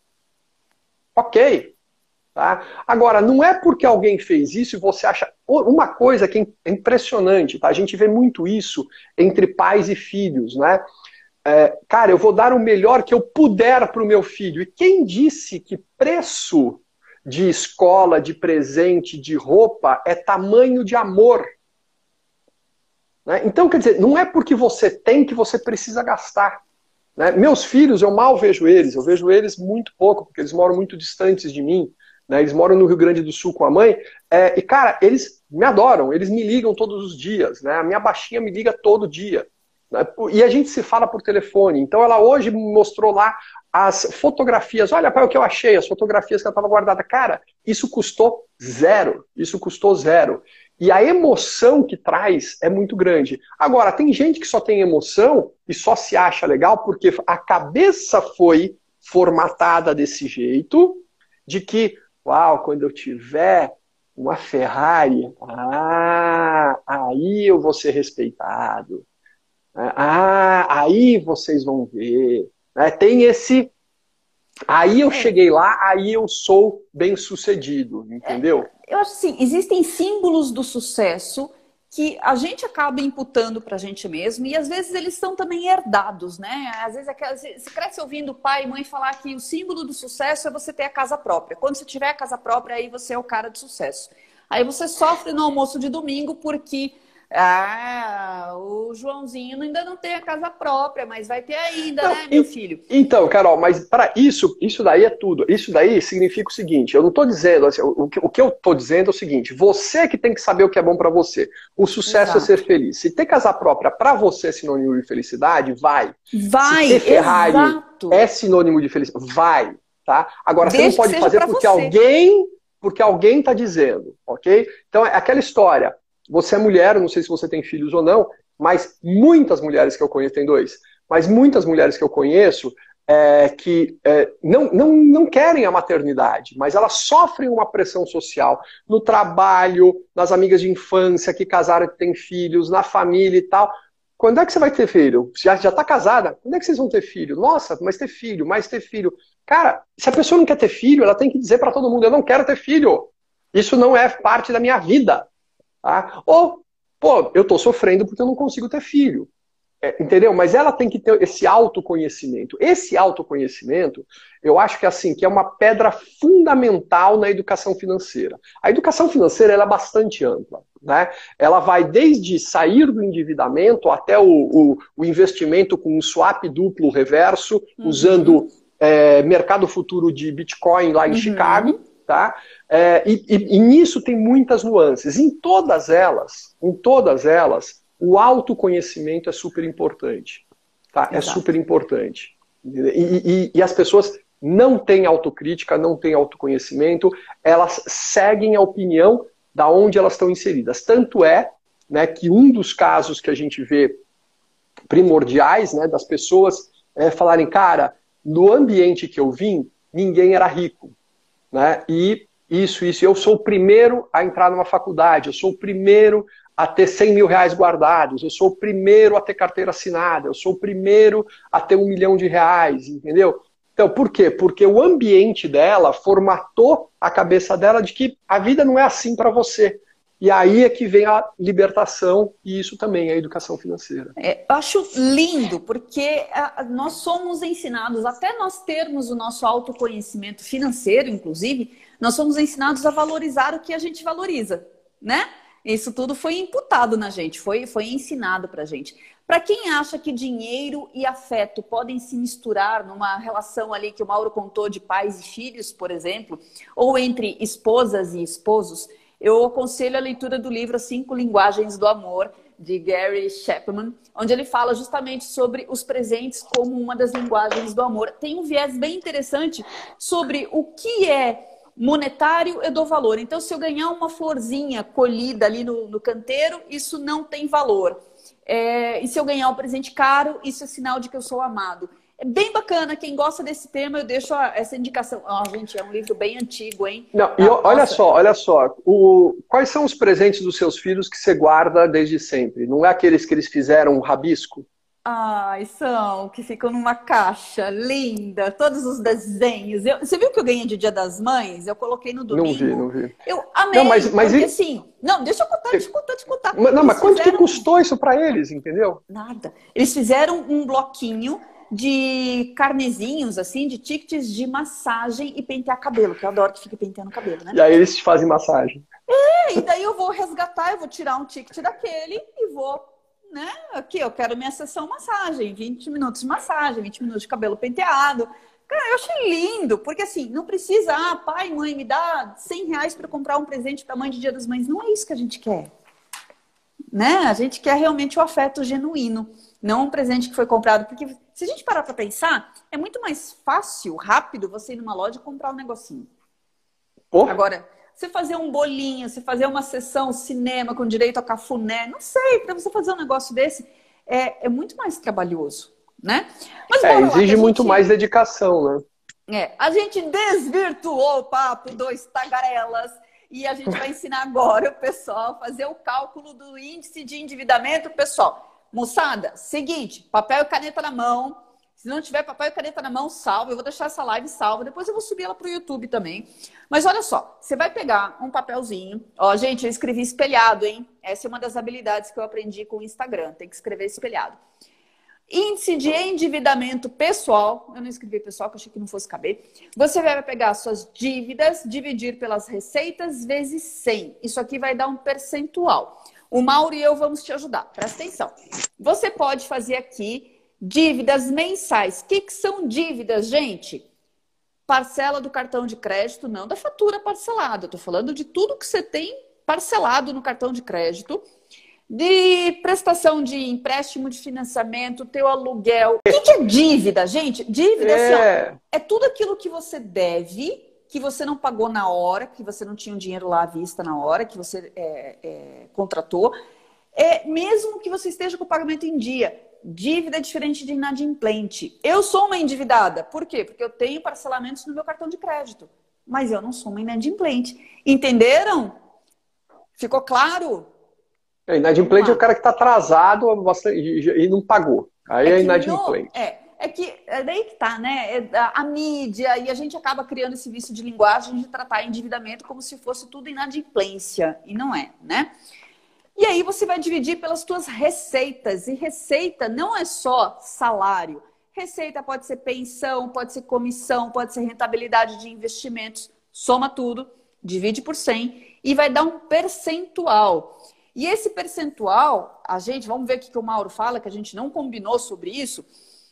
Ok. Tá? Agora, não é porque alguém fez isso e você acha... Uma coisa que é impressionante, tá? A gente vê muito isso entre pais e filhos, né? Cara, eu vou dar o melhor que eu puder para o meu filho. E quem disse que preço de escola, de presente, de roupa é tamanho de amor? Né? Então, quer dizer, não é porque você tem que você precisa gastar. Né? Meus filhos, eu mal vejo eles. Eu vejo eles muito pouco, porque eles moram muito distantes de mim. Né, eles moram no Rio Grande do Sul com a mãe, e cara, eles me adoram, eles me ligam todos os dias, né, a minha baixinha me liga todo dia, né, e a gente se fala por telefone. Então ela hoje me mostrou lá as fotografias, olha pai, o que eu achei, as fotografias que ela estava guardada, cara, isso custou zero, e a emoção que traz é muito grande. Agora, tem gente que só tem emoção e só se acha legal porque a cabeça foi formatada desse jeito, de que uau, quando eu tiver uma Ferrari, aí eu vou ser respeitado. Aí vocês vão ver. Tem esse... Aí eu cheguei lá, aí eu sou bem-sucedido, entendeu? Eu acho assim, existem símbolos do sucesso que a gente acaba imputando pra gente mesmo e às vezes eles são também herdados, né? Às vezes você cresce ouvindo pai e mãe falar que o símbolo do sucesso é você ter a casa própria. Quando você tiver a casa própria, aí você é o cara de sucesso. Aí você sofre no almoço de domingo porque o Joãozinho ainda não tem a casa própria, mas vai ter ainda, né, meu filho? Então, Carol, mas para isso daí é tudo. Isso daí significa o seguinte, eu não estou dizendo, assim, o que eu estou dizendo é o seguinte, você que tem que saber o que é bom para você. O sucesso é ser feliz. Se ter casa própria para você é sinônimo de felicidade, vai. Se ter Ferrari é sinônimo de felicidade, vai. Tá? Agora, você não pode fazer porque alguém está dizendo, ok? Então, é aquela história. Você é mulher, não sei se você tem filhos ou não, mas muitas mulheres que eu conheço, tem 2, mas muitas mulheres que eu conheço não querem a maternidade, mas elas sofrem uma pressão social no trabalho, nas amigas de infância que casaram e têm filhos, na família e tal. Quando é que você vai ter filho? Já está casada? Quando é que vocês vão ter filho? Nossa, mas ter filho. Cara, se a pessoa não quer ter filho, ela tem que dizer para todo mundo, eu não quero ter filho. Isso não é parte da minha vida. Tá? Ou, eu estou sofrendo porque eu não consigo ter filho. Entendeu? Mas ela tem que ter esse autoconhecimento. Esse autoconhecimento, eu acho que, assim, que é uma pedra fundamental na educação financeira. A educação financeira ela é bastante ampla. Né? Ela vai desde sair do endividamento até o investimento com um swap duplo reverso, usando mercado futuro de Bitcoin lá em Chicago. Tá? E nisso tem muitas nuances. Em todas elas, o autoconhecimento é super importante. Tá? É super importante. E as pessoas não têm autocrítica, não têm autoconhecimento, elas seguem a opinião da onde elas estão inseridas. Tanto é né, que um dos casos que a gente vê primordiais, né, das pessoas falarem, cara, no ambiente que eu vim, ninguém era rico, né, e isso, eu sou o primeiro a entrar numa faculdade, eu sou o primeiro a ter 100 mil reais guardados, eu sou o primeiro a ter carteira assinada, eu sou o primeiro a ter R$1 milhão, entendeu? Então, por quê? Porque o ambiente dela formatou a cabeça dela de que a vida não é assim para você. E aí é que vem a libertação, e isso também é a educação financeira. Eu acho lindo, porque nós somos ensinados, até nós termos o nosso autoconhecimento financeiro, inclusive, nós somos ensinados a valorizar o que a gente valoriza, né? Isso tudo foi imputado na gente, foi ensinado pra gente. Para quem acha que dinheiro e afeto podem se misturar numa relação ali que o Mauro contou de pais e filhos, por exemplo, ou entre esposas e esposos, eu aconselho a leitura do livro As 5 Linguagens do Amor, de Gary Chapman, onde ele fala justamente sobre os presentes como uma das linguagens do amor. Tem um viés bem interessante sobre o que é monetário, eu dou valor. Então, se eu ganhar uma florzinha colhida ali no canteiro, isso não tem valor. E se eu ganhar um presente caro, isso é sinal de que eu sou amado. É bem bacana, quem gosta desse tema, eu deixo essa indicação. Gente, é um livro bem antigo, hein? Não, e olha só, quais são os presentes dos seus filhos que você guarda desde sempre? Não é aqueles que eles fizeram um rabisco? São, que ficam numa caixa linda, todos os desenhos. Você viu que eu ganhei de Dia das Mães? Eu coloquei no domingo. Não vi. Eu amei, não, mas porque assim... Não, deixa eu te contar. Mas quanto que custou isso para eles, entendeu? Nada. Eles fizeram um bloquinho de carnezinhos, assim, de tickets de massagem e pentear cabelo, que eu adoro que fique penteando cabelo, né? E aí eles te fazem massagem. E daí eu vou resgatar, eu vou tirar um ticket daquele e vou... né? Aqui, eu quero minha sessão massagem, 20 minutos de massagem, 20 minutos de cabelo penteado. Cara, eu achei lindo, porque assim, não precisa, pai, mãe, me dá R$100 para comprar um presente para mãe de Dia das Mães. Não é isso que a gente quer, né? A gente quer realmente o afeto genuíno, não um presente que foi comprado. Porque se a gente parar para pensar, é muito mais fácil, rápido, você ir numa loja e comprar um negocinho. Agora... você fazer um bolinho, você fazer uma sessão cinema com direito a cafuné, não sei, para você fazer um negócio desse é muito mais trabalhoso, né? Mas exige muito mais dedicação, né? A gente desvirtuou o papo dos tagarelas e a gente vai ensinar agora o pessoal a fazer o cálculo do índice de endividamento. Pessoal, moçada, seguinte, papel e caneta na mão. Se não tiver papel e caneta na mão, salva. Eu vou deixar essa live salva. Depois eu vou subir ela para o YouTube também. Mas olha só, você vai pegar um papelzinho. Gente, eu escrevi espelhado, hein? Essa é uma das habilidades que eu aprendi com o Instagram. Tem que escrever espelhado. Índice de endividamento pessoal. Eu não escrevi pessoal, que eu achei que não fosse caber. Você vai pegar suas dívidas, dividir pelas receitas vezes 100. Isso aqui vai dar um percentual. O Mauro e eu vamos te ajudar. Presta atenção. Você pode fazer aqui dívidas mensais. O que são dívidas, gente? Parcela do cartão de crédito, não da fatura parcelada. Eu tô falando de tudo que você tem parcelado no cartão de crédito. De prestação de empréstimo, de financiamento, teu aluguel. O que é dívida, gente? Dívida assim, é tudo aquilo que você deve, que você não pagou na hora, que você não tinha o dinheiro lá à vista na hora, que você contratou. Mesmo que você esteja com o pagamento em dia. Dívida é diferente de inadimplente. Eu sou uma endividada. Por quê? Porque eu tenho parcelamentos no meu cartão de crédito. Mas eu não sou uma inadimplente. Entenderam? Ficou claro? Inadimplente é o cara que está atrasado e não pagou. Aí é inadimplente. É daí que tá, né? A mídia, e a gente acaba criando esse vício de linguagem de tratar endividamento como se fosse tudo inadimplência. E não é, né? E aí você vai dividir pelas suas receitas. E receita não é só salário. Receita pode ser pensão, pode ser comissão, pode ser rentabilidade de investimentos. Soma tudo, divide por 100 e vai dar um percentual. E esse percentual, vamos ver o que o Mauro fala, que a gente não combinou sobre isso.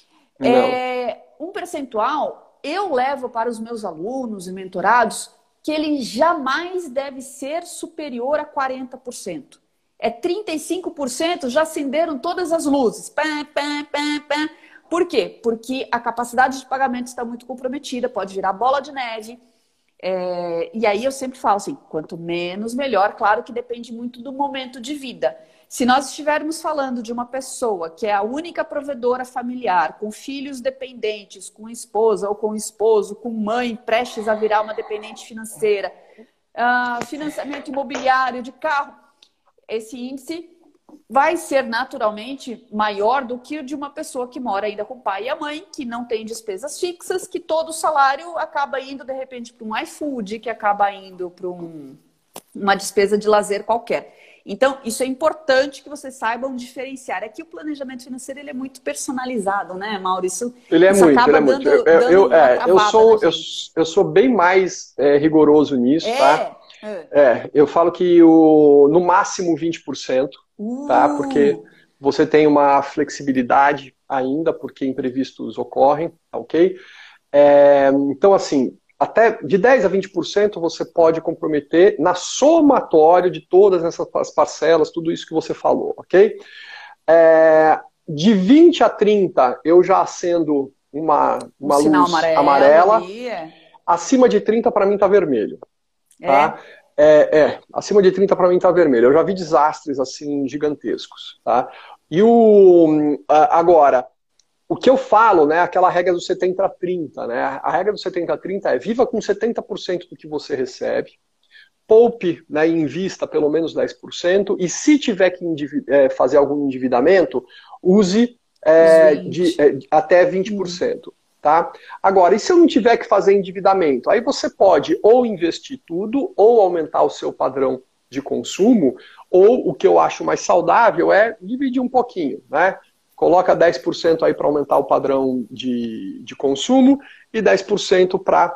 Um percentual, eu levo para os meus alunos e mentorados que ele jamais deve ser superior a 40%. 35%, já acenderam todas as luzes. Por quê? Porque a capacidade de pagamento está muito comprometida, pode virar bola de neve. E aí eu sempre falo assim, quanto menos, melhor. Claro que depende muito do momento de vida. Se nós estivermos falando de uma pessoa que é a única provedora familiar, com filhos dependentes, com esposa ou com esposo, com mãe prestes a virar uma dependente financeira, financiamento imobiliário de carro, esse índice vai ser naturalmente maior do que o de uma pessoa que mora ainda com o pai e a mãe, que não tem despesas fixas, que todo o salário acaba indo, de repente, para um iFood, que acaba indo para uma despesa de lazer qualquer. Então, isso é importante que vocês saibam diferenciar. Aqui o planejamento financeiro ele é muito personalizado, né, Mauro? Ele é muito, ele é muito. Eu sou bem mais rigoroso nisso, tá? Eu falo que no máximo 20%, tá? Porque você tem uma flexibilidade ainda, porque imprevistos ocorrem, tá ok? Então, assim, até de 10% a 20% você pode comprometer na somatório de todas essas parcelas, tudo isso que você falou, ok? De 20% a 30%, eu já acendo uma luz amarela. Acima de 30% para mim tá vermelho. Tá? Acima de 30% para mim tá vermelho. Eu já vi desastres assim gigantescos. Tá? E agora, o que eu falo, né, aquela regra do 70-30, né? A regra do 70-30 é viva com 70% do que você recebe, poupe, né, e invista pelo menos 10%, e se tiver que fazer algum endividamento, use até 20%. Tá? Agora, e se eu não tiver que fazer endividamento? Aí você pode ou investir tudo, ou aumentar o seu padrão de consumo, ou o que eu acho mais saudável é dividir um pouquinho, né? Coloca 10% aí para aumentar o padrão de consumo e 10% para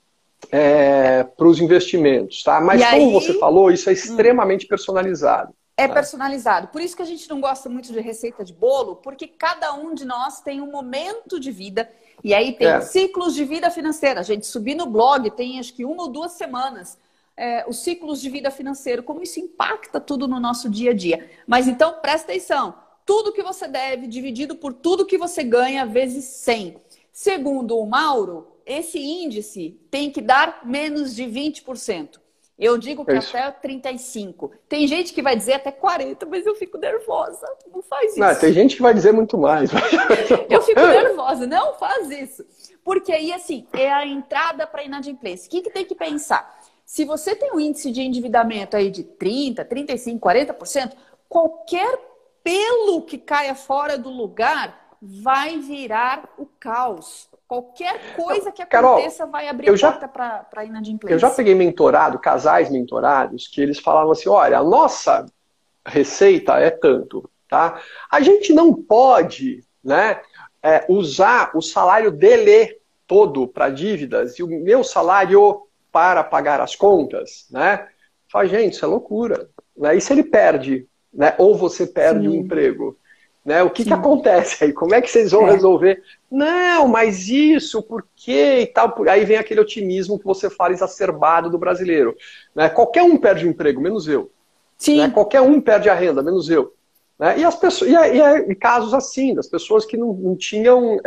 os investimentos, tá? Mas como você falou, isso é extremamente personalizado. Personalizado. Por isso que a gente não gosta muito de receita de bolo, porque cada um de nós tem um momento de vida. E aí tem ciclos de vida financeira. A gente subir no blog, tem acho que 1 ou 2 semanas, os ciclos de vida financeiro, como isso impacta tudo no nosso dia a dia. Mas então, presta atenção. Tudo que você deve, dividido por tudo que você ganha, vezes 100. Segundo o Mauro, esse índice tem que dar menos de 20%. Eu digo que até 35%. Tem gente que vai dizer até 40%, mas eu fico nervosa. Não faz isso. Não, tem gente que vai dizer muito mais. Eu fico nervosa. Não faz isso. Porque aí, assim, é a entrada para inadimplência. O que tem que pensar? Se você tem um índice de endividamento aí de 30%, 35%, 40%, qualquer pelo que caia fora do lugar vai virar o caos. Qualquer coisa que aconteça, Carol, vai abrir a porta para inadimplência. Eu já peguei casais mentorados, que eles falavam assim, olha, a nossa receita é tanto, tá? A gente não pode, né, usar o salário dele todo para dívidas e o meu salário para pagar as contas, né? Fala, gente, isso é loucura. Né? E se ele perde, né? Ou você perde o emprego? Né? O que acontece aí? Como é que vocês vão resolver? Não, mas isso, por quê? E tal. Aí vem aquele otimismo que você fala exacerbado do brasileiro. Né? Qualquer um perde o emprego, menos eu. Né? Qualquer um perde a renda, menos eu. Né? E as pessoas, e casos assim, das pessoas que não tinham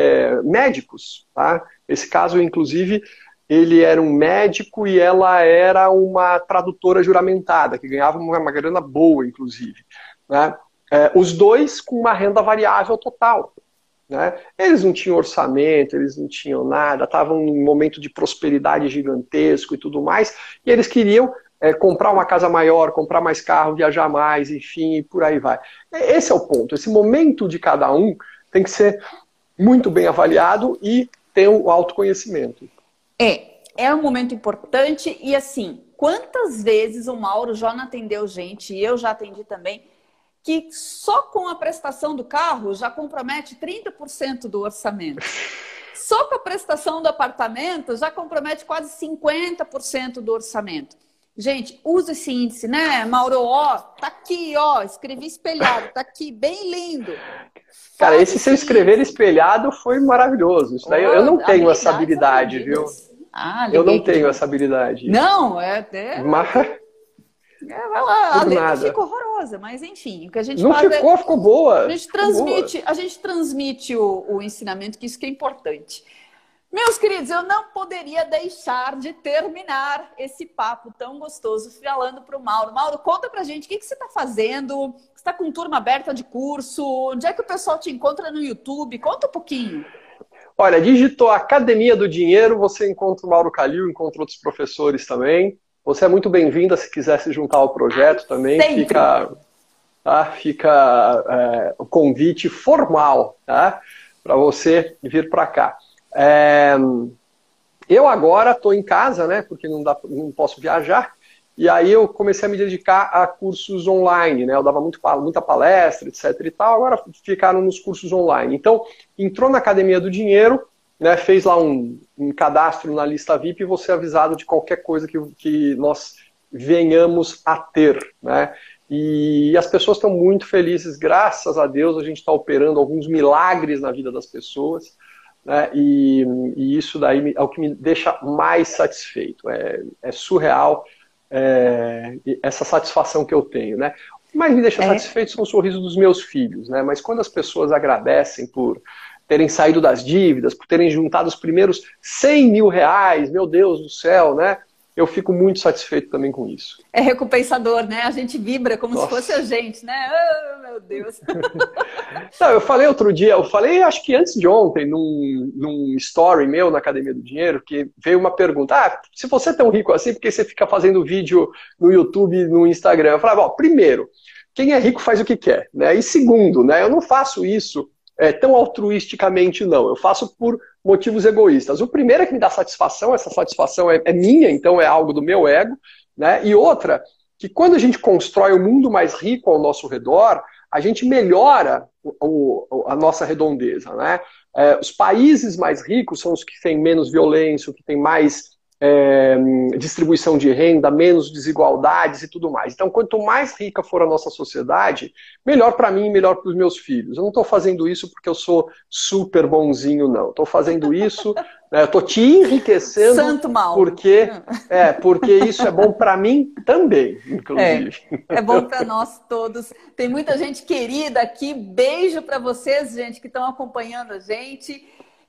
médicos. Tá? Esse caso, inclusive, ele era um médico e ela era uma tradutora juramentada, que ganhava uma grana boa, inclusive. Né? Os dois com uma renda variável total. Né? Eles não tinham orçamento, eles não tinham nada, estavam num momento de prosperidade gigantesco e tudo mais, e eles queriam comprar uma casa maior, comprar mais carro, viajar mais, enfim, e por aí vai. Esse é o ponto. Esse momento de cada um tem que ser muito bem avaliado e ter o autoconhecimento. É um momento importante e assim, quantas vezes o Mauro já não atendeu gente, e eu já atendi também, que só com a prestação do carro já compromete 30% do orçamento. Só com a prestação do apartamento já compromete quase 50% do orçamento. Gente, usa esse índice, né, Mauro? Ó, tá aqui, ó, escrevi espelhado, tá aqui, bem lindo. Cara, esse seu escrever espelhado foi maravilhoso. Isso daí eu não tenho essa habilidade, viu? Eu não tenho essa habilidade. Não, Mas... vai lá, a letra fica horrorosa, mas enfim, o que a gente não faz ficou boa. A gente transmite o ensinamento, que isso que é importante. Meus queridos, eu não poderia deixar de terminar esse papo tão gostoso falando para o Mauro. Mauro, conta pra gente o que você está fazendo. está com turma aberta de curso? Onde é que o pessoal te encontra no YouTube? Conta um pouquinho. Olha, digitou Academia do Dinheiro, você encontra o Mauro Kalil, encontra outros professores também. Você é muito bem-vinda se quiser se juntar ao projeto também. Sempre. Fica o convite formal, tá? Para você vir para cá. Eu agora estou em casa, né? Porque não posso viajar. E aí eu comecei a me dedicar a cursos online, né? Eu dava muita palestra, etc e tal. Agora ficaram nos cursos online. Então, entrou na Academia do Dinheiro, né? Fez lá um cadastro na lista VIP e você é avisado de qualquer coisa que nós venhamos a ter, né? E as pessoas estão muito felizes, graças a Deus, a gente está operando alguns milagres na vida das pessoas, né? E isso daí é o que me deixa mais satisfeito. É surreal essa satisfação que eu tenho, né? O que mais me deixa satisfeito são os sorrisos dos meus filhos, né? Mas quando as pessoas agradecem por terem saído das dívidas, por terem juntado os primeiros 100 mil reais, meu Deus do céu, né? Eu fico muito satisfeito também com isso. É recompensador, né? A gente vibra como se fosse a gente, né? Oh, meu Deus. Não, eu falei outro dia, acho que antes de ontem, num story meu na Academia do Dinheiro, que veio uma pergunta, se você é tão rico assim, por que você fica fazendo vídeo no YouTube e no Instagram? Eu falava, primeiro, quem é rico faz o que quer, né? E segundo, né, eu não faço isso tão altruisticamente, não. Eu faço por motivos egoístas. O primeiro é que me dá satisfação, essa satisfação é minha, então é algo do meu ego, né? E outra, que quando a gente constrói um mundo mais rico ao nosso redor, a gente melhora a nossa redondeza, né? Os países mais ricos são os que têm menos violência, que têm mais distribuição de renda, menos desigualdades e tudo mais. Então, quanto mais rica for a nossa sociedade, melhor para mim e melhor para os meus filhos. Eu não estou fazendo isso porque eu sou super bonzinho, não. Estou fazendo isso, eu estou te enriquecendo. Santo mal. Porque isso é bom para mim também, inclusive. É bom para nós todos. Tem muita gente querida aqui. Beijo para vocês, gente, que estão acompanhando a gente.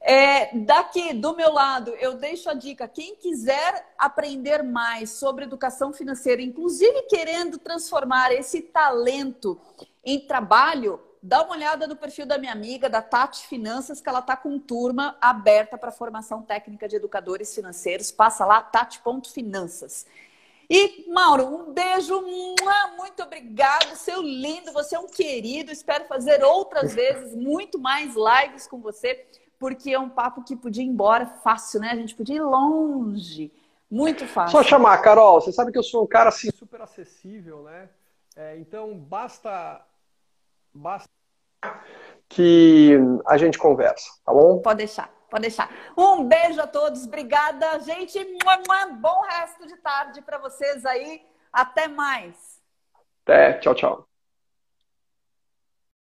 Daqui do meu lado, eu deixo a dica. Quem quiser aprender mais sobre educação financeira, inclusive querendo transformar esse talento em trabalho, dá uma olhada no perfil da minha amiga, da Tati Finanças, que ela está com turma aberta para formação técnica de educadores financeiros. Passa lá, tati.finanças. E, Mauro, um beijo, muito obrigado, seu lindo, você é um querido. Espero fazer outras vezes, muito mais lives com você, porque é um papo que podia ir embora fácil, né? A gente podia ir longe. Muito fácil. Só chamar, Carol. Você sabe que eu sou um cara assim super acessível, né? Então basta que a gente conversa, tá bom? Pode deixar, pode deixar. Um beijo a todos. Obrigada, gente. Bom resto de tarde para vocês aí. Até mais. Até. Tchau, tchau.